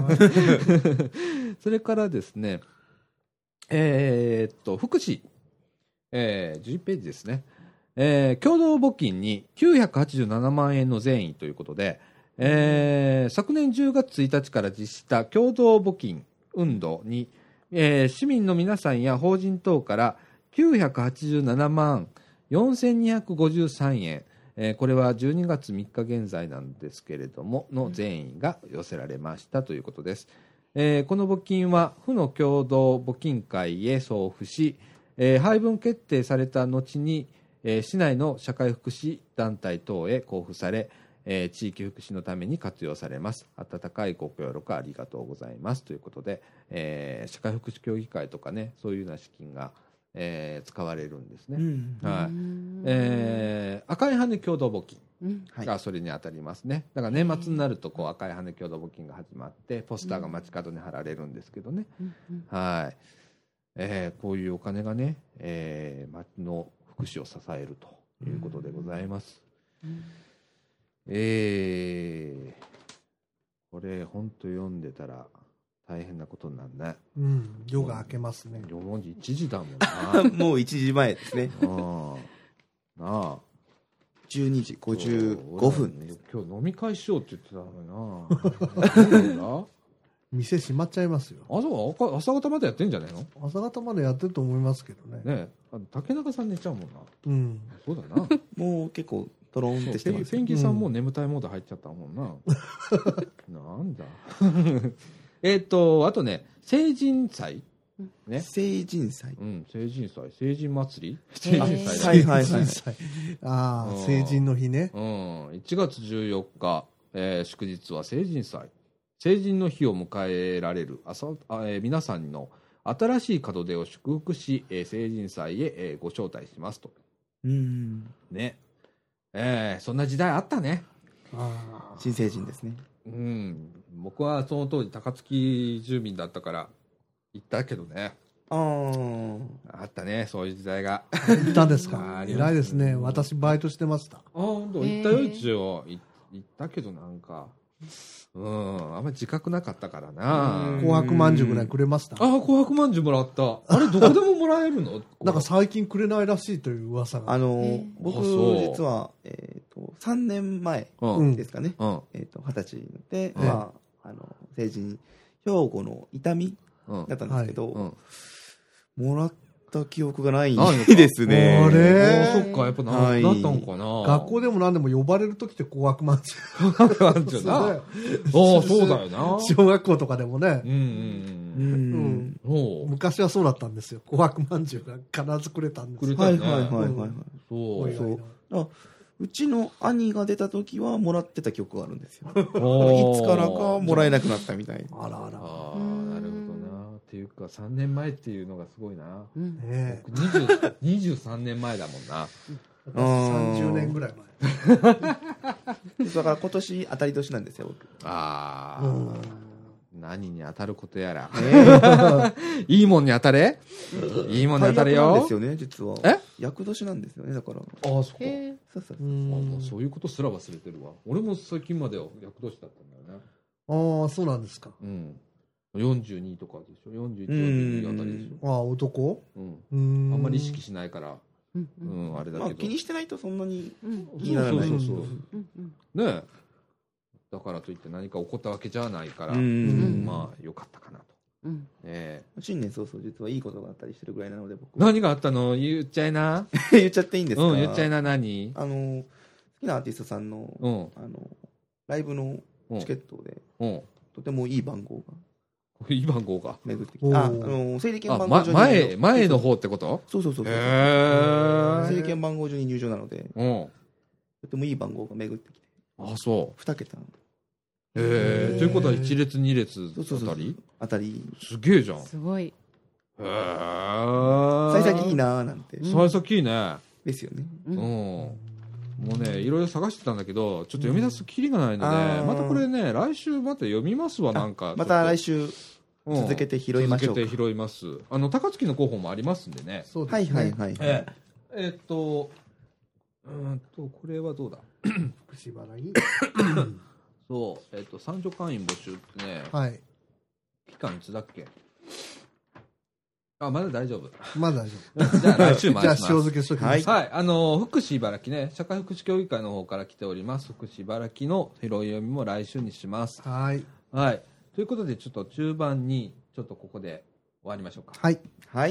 それからですね、えー、っと福祉、えー、じゅういちページですね、えー、共同募金にきゅうひゃくはちじゅうななまんえんの善意ということで、えー、昨年じゅうがつついたちから実施した共同募金運動に、えー、市民の皆さんや法人等からきゅうひゃくはちじゅうななまんよんせんにひゃくごじゅうさんえん、えー、これはじゅうにがつみっか現在なんですけれどもの善意が寄せられましたということです。えー、この募金は府の共同募金会へ送付し、えー、配分決定された後に、えー、市内の社会福祉団体等へ交付され、えー、地域福祉のために活用されます。温かいご協力ありがとうございますということで、えー、社会福祉協議会とかね、そういうような資金が、えー、使われるんですね。うんはいえー、赤い羽共同募金がそれに当たりますね。だから年末になるとこう赤い羽共同募金が始まってポスターが街角に貼られるんですけどね、うんはいえー、こういうお金がね、えー、街の福祉を支えるということでございます。うんえー、これ本当読んでたら大変なことになるね。 うん、夜が明けますね。 よじいちじだもんな。 もういちじまえですね。 あなあ。 じゅうにじごじゅうごふんです。 今日飲み会しようって言ってたのにな。 店閉まっちゃいますよ。 朝朝方までやってんじゃないの？ 朝方までやってると思いますけどね。 ねえ、竹中さん寝ちゃうもんな。 うん。 そうだな。 もう結構トロンってしてます。 ペンギンさんも眠たいモード入っちゃったもんな。なんだ。えっとあとね、成人祭ね。 成人祭。 うん、成人祭、成人祭り。 成人祭。はいはいはい。ああ、成人の日ね。 うん、いちがつじゅうよっか、えー、祝日は成人祭。成人の日を迎えられる朝、えー、皆さんの新しい門出を祝福し、えー、成人祭へ、えー、ご招待しますと。 うんね、えー、そんな時代あったね。 あ新成人ですね。 うん、僕はその当時高槻住民だったから行ったけどね。 ああったね、そういう時代が。 行ったんですか。偉いですね。私バイトしてました。あ、 本当行ったよ一応。行ったけどなんか、うん、あんまり自覚なかったからな。 紅白まんじゅうぐらいくれました。 あ、紅白まんじゅうもらった。あれどこでももらえるの？ なんか最近くれないらしいという噂が。 あの僕実はえっとさんねんまえですかね。えっとはたちでまああの成人兵庫の伊丹だったんですけど。もらった記憶がないですね。 あれそっか、やっぱな、はい、なったんかな。 学校でも何でも呼ばれるときって紅白まんじゅう。紅白まんじゅうな。ああ、そうだよな。 小学校とかでもね。 うんうんうん。昔はそうだったんですよ。紅白まんじゅうが必ずくれたんですよ。 はいはいはいはい。 そうそう。うちの兄が出た時はもらってた記憶があるんですよ。いつからかもらえなくなったみたいな。 あらあら。 ああ、なるほどな。っていうかさんねんまえっていうのがすごいな。 うん、ねえ。にじゅうさんねんまえだもんな。 さんじゅうねんぐらい前。 だから今年当たり年なんですよ、僕。 ああ。何に当たることやら。いいもんに当たれ？いいもんに当たれよ。 なんですよね、実は。 え？ 厄年なんですよね、だから。ああ、そっか。 そうそう。 そういうことすら忘れてるわ。俺も最近までは厄年だったんだよね。 ああ、そうなんですか。 うん。よんじゅうにとかでしょ。よんじゅういち、よんじゅうにあたりでしょ。 ああ、男？ うん。あんまり意識しないから。うん、あれだけど。 まあ気にしてないとそんなに気にならない。そうそうそう。ねえ。だからといって何か起こったわけじゃないから、まあよかったかなと。 ええ。新年早々実はいいことがあったりしてるぐらいなので僕。 何があったの？言っちゃいな。 言っちゃっていいんですか？ うん、言っちゃいな。何？ あの好きなアーティストさんのあのライブのチケットでとてもいい番号が。 いい番号が巡ってきて、あ、あの整理券番号上に前前の方ってこと？ そうそうそうそう。 へー。 整理券番号上に入場なので、 うん、 とてもいい番号が巡ってきて。 あ、そう。 二桁。 へえ。ということは一列二列あたり？ あたり。 すげえじゃん。 すごい。へえ。 幸先いいなーなんて。 幸先いいね。 ですよね。 うん。もうね、いろいろ探してたんだけど、ちょっと読み出すとキリがないので、またこれね、来週また読みますわ、なんか。 また来週続けて拾いましょう。 続けて拾います。あの、高槻の候補もありますんでね。 そうですね。 はいはいはい。 ええっと、うんと、これはどうだ？ 福祉払いそう、えっと、三女会員募集ってね、 はい。 期間いつだっけ？あ、まだ大丈夫。 まだ大丈夫。 じゃあ来週もじゃあ塩漬けしときます。 はい。あの、福祉茨城ね、社会福祉協議会の方から来ております。福祉茨城の拾い読みも来週にします。 はい。 はい。ということで、ちょっと中盤に、ちょっとここで終わりましょうか。 はい。 はい。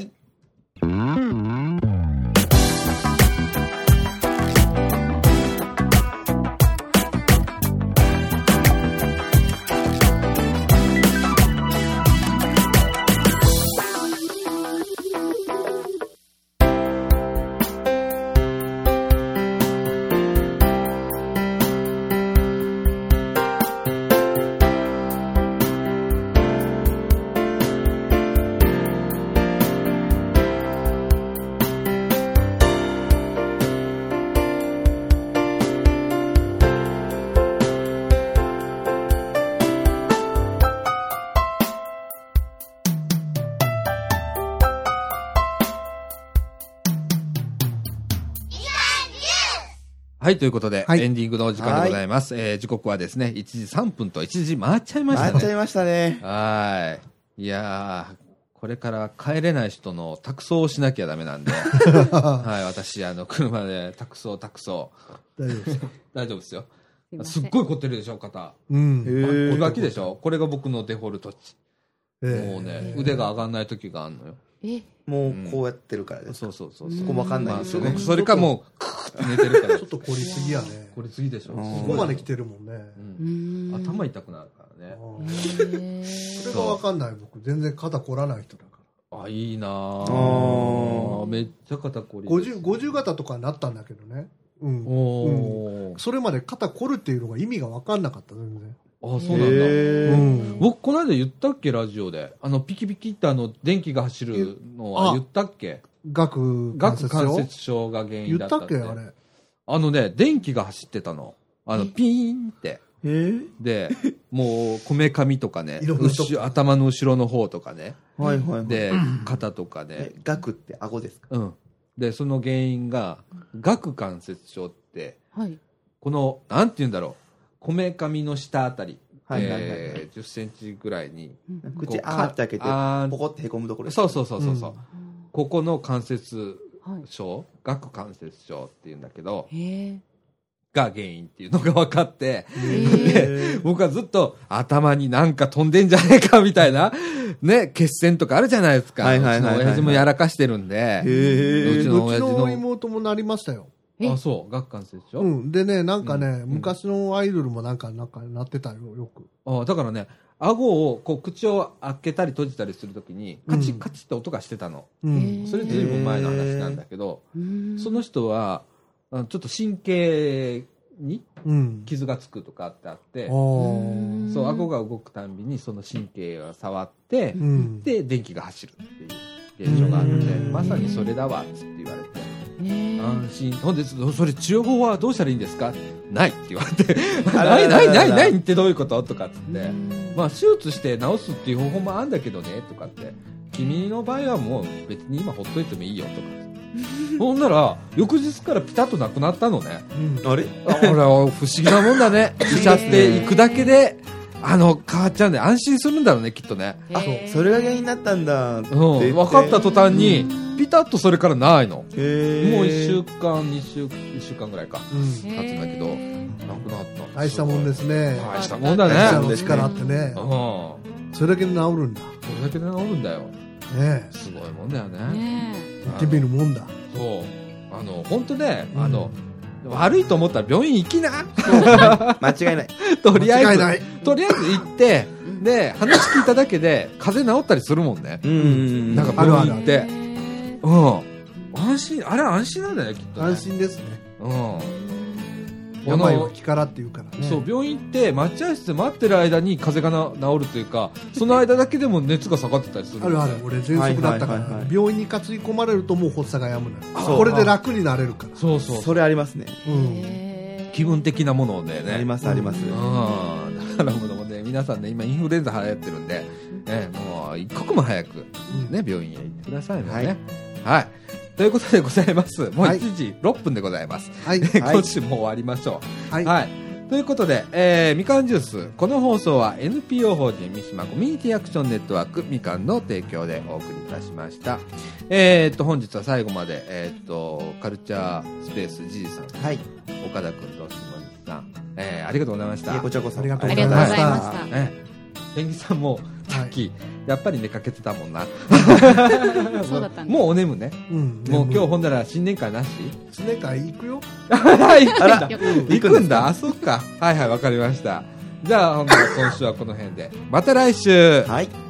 はい、ということで、はい、エンディングのお時間でございます。えー、時刻はですね、いちじさんぷんといちじ回っちゃいましたね。 回っちゃいましたね。 はい。いやー、これから帰れない人の託送をしなきゃダメなんで、はい、私、あの、車で託送、託送。 大丈夫ですか？ 大丈夫ですよ。すっごい凝ってるでしょ、肩。 うん。 これがきでしょ？これが僕のデフォルト値。もうね、腕が上がんない時があるのよ。 えもうこうやってるからです。 そうそうそう。 そこわかんないですよね。 それかもう、クーって寝てるから。 ちょっと凝りすぎやね。 凝りすぎでしょ。 ここまで来てるもんね。 頭痛くなるからね。 それがわかんない僕。全然肩凝らない人だから。 あ、いいなぁ。めっちゃ肩凝り。 ごじゅう、ごじゅう型とかになったんだけどね。うん。それまで肩凝るっていうのが意味がわかんなかった、全然。 あ、そうなんだ。僕、この間言ったっけ、ラジオで。あの、ピキピキってあの、電気が走るのは言ったっけ？ 顎関節症が原因だったって。 言ったっけ、あれ。 あのね、電気が走ってたの。あの、ピーンって。 で、もう、こめかみとかね、頭の後ろの方とかね。はいはいはい。で、肩とかね。 顎って顎ですか？ うん。で、その原因が、顎関節症って、はい、この、なんて言うんだろう、こめかみの下あたり、はいはいはいはい、じゅっセンチぐらいに、 口あーって開けて、ポコってへこむところ。 そうそうそうそうそう、うん、ここの関節症、顎関節症っていうんだけど、が原因っていうのが分かって、で僕はずっと頭になんか飛んでんじゃねえかみたいな、ね、血栓とかあるじゃないですか。うちの親父もやらかしてるんで、 うちの親父の妹もなりましたよ。 あ、そう、顎関節症。 うん。でね、なんかね、うん、昔のアイドルもなんか、なんかなってたよ、よく。 あ、だからね、顎を、こう、口を開けたり閉じたりするときに、カチッカチッって音がしてたの。うん、それずいぶん前の話なんだけど、その人は、ちょっと神経に傷がつくとかってあって、うん、そう、顎が動くたんびにその神経を触って、うん、で、電気が走るっていう現象があって、まさにそれだわ、つって言われて。安心。ほんで、それ治療法はどうしたらいいんですか？ないって言われて、ないないないないってどういうこととかっつって、まあ手術して治すっていう方法もあるんだけどねとかって、君の場合はもう別に今ほっといてもいいよとか。ほんなら翌日からピタッとなくなったのね。 うん、あれ？ あれは不思議なもんだね。医者って行くだけで。あの変わっちゃうんで安心するんだろうねきっとね。 あ、それが原因になったんだ。うん、 分かった途端にピタッとそれからないの。もういっしゅうかんに週いっしゅうかんぐらいか、うん、経つんだけどなくなった。 大したもんですね。 大したもんだね。 大したもん力あってね。うん、それだけで治るんだ。 それだけで治るんだよ。ね、すごいもんだよね。ね、 行ってみるもんだ。 そうあの本当ね、うん、あの。悪いと思ったら病院行きな。 間違いない。 とりあえず、とりあえず行って、で、話聞いただけで、風邪治ったりするもんね。うん。なんか病院行って。うん。安心、あれ安心なんだよ、きっと、ね。 安心ですね。うん。病は気からっていうからね。 そう、病院行って待合室で待ってる間に風邪が治るというか、その間だけでも熱が下がってたりする。 あるある、俺喘息だったから、病院に担い込まれるともう発作がやむのよ。これで楽になれるから。 そうそう。 それありますね。うん。気分的なものでね。 ありますあります。うん。 だからもうね、皆さんね、今インフルエンザ流行ってるんで、ね、もう一刻も早く、ね、病院へ行ってくださいね。はい。はい。ということでございます。もういちじろっぷんでございます。はい。今週も終わりましょう。はい。はい。ということで、えー、みかんジュース。この放送は エヌピーオー 法人三島コミュニティアクションネットワークみかんの提供でお送りいたしました。えー、っと、本日は最後まで、えー、っと、カルチャースペースじじさん。はい。岡田くんと下地さん。えー、ありがとうございました。 こちらこそありがとうございました。 えー、ペンギさんも、さっき、やっぱり寝かけてたもんな。 そうだったんもうお眠ね。うん。もう今日ほんなら新年会なし？ 新年会行くよ。 行くんだ。行くんだ。あ、そっか。はいはい、わかりました。じゃあ、ほんなら今週はこの辺で。また来週。 はい。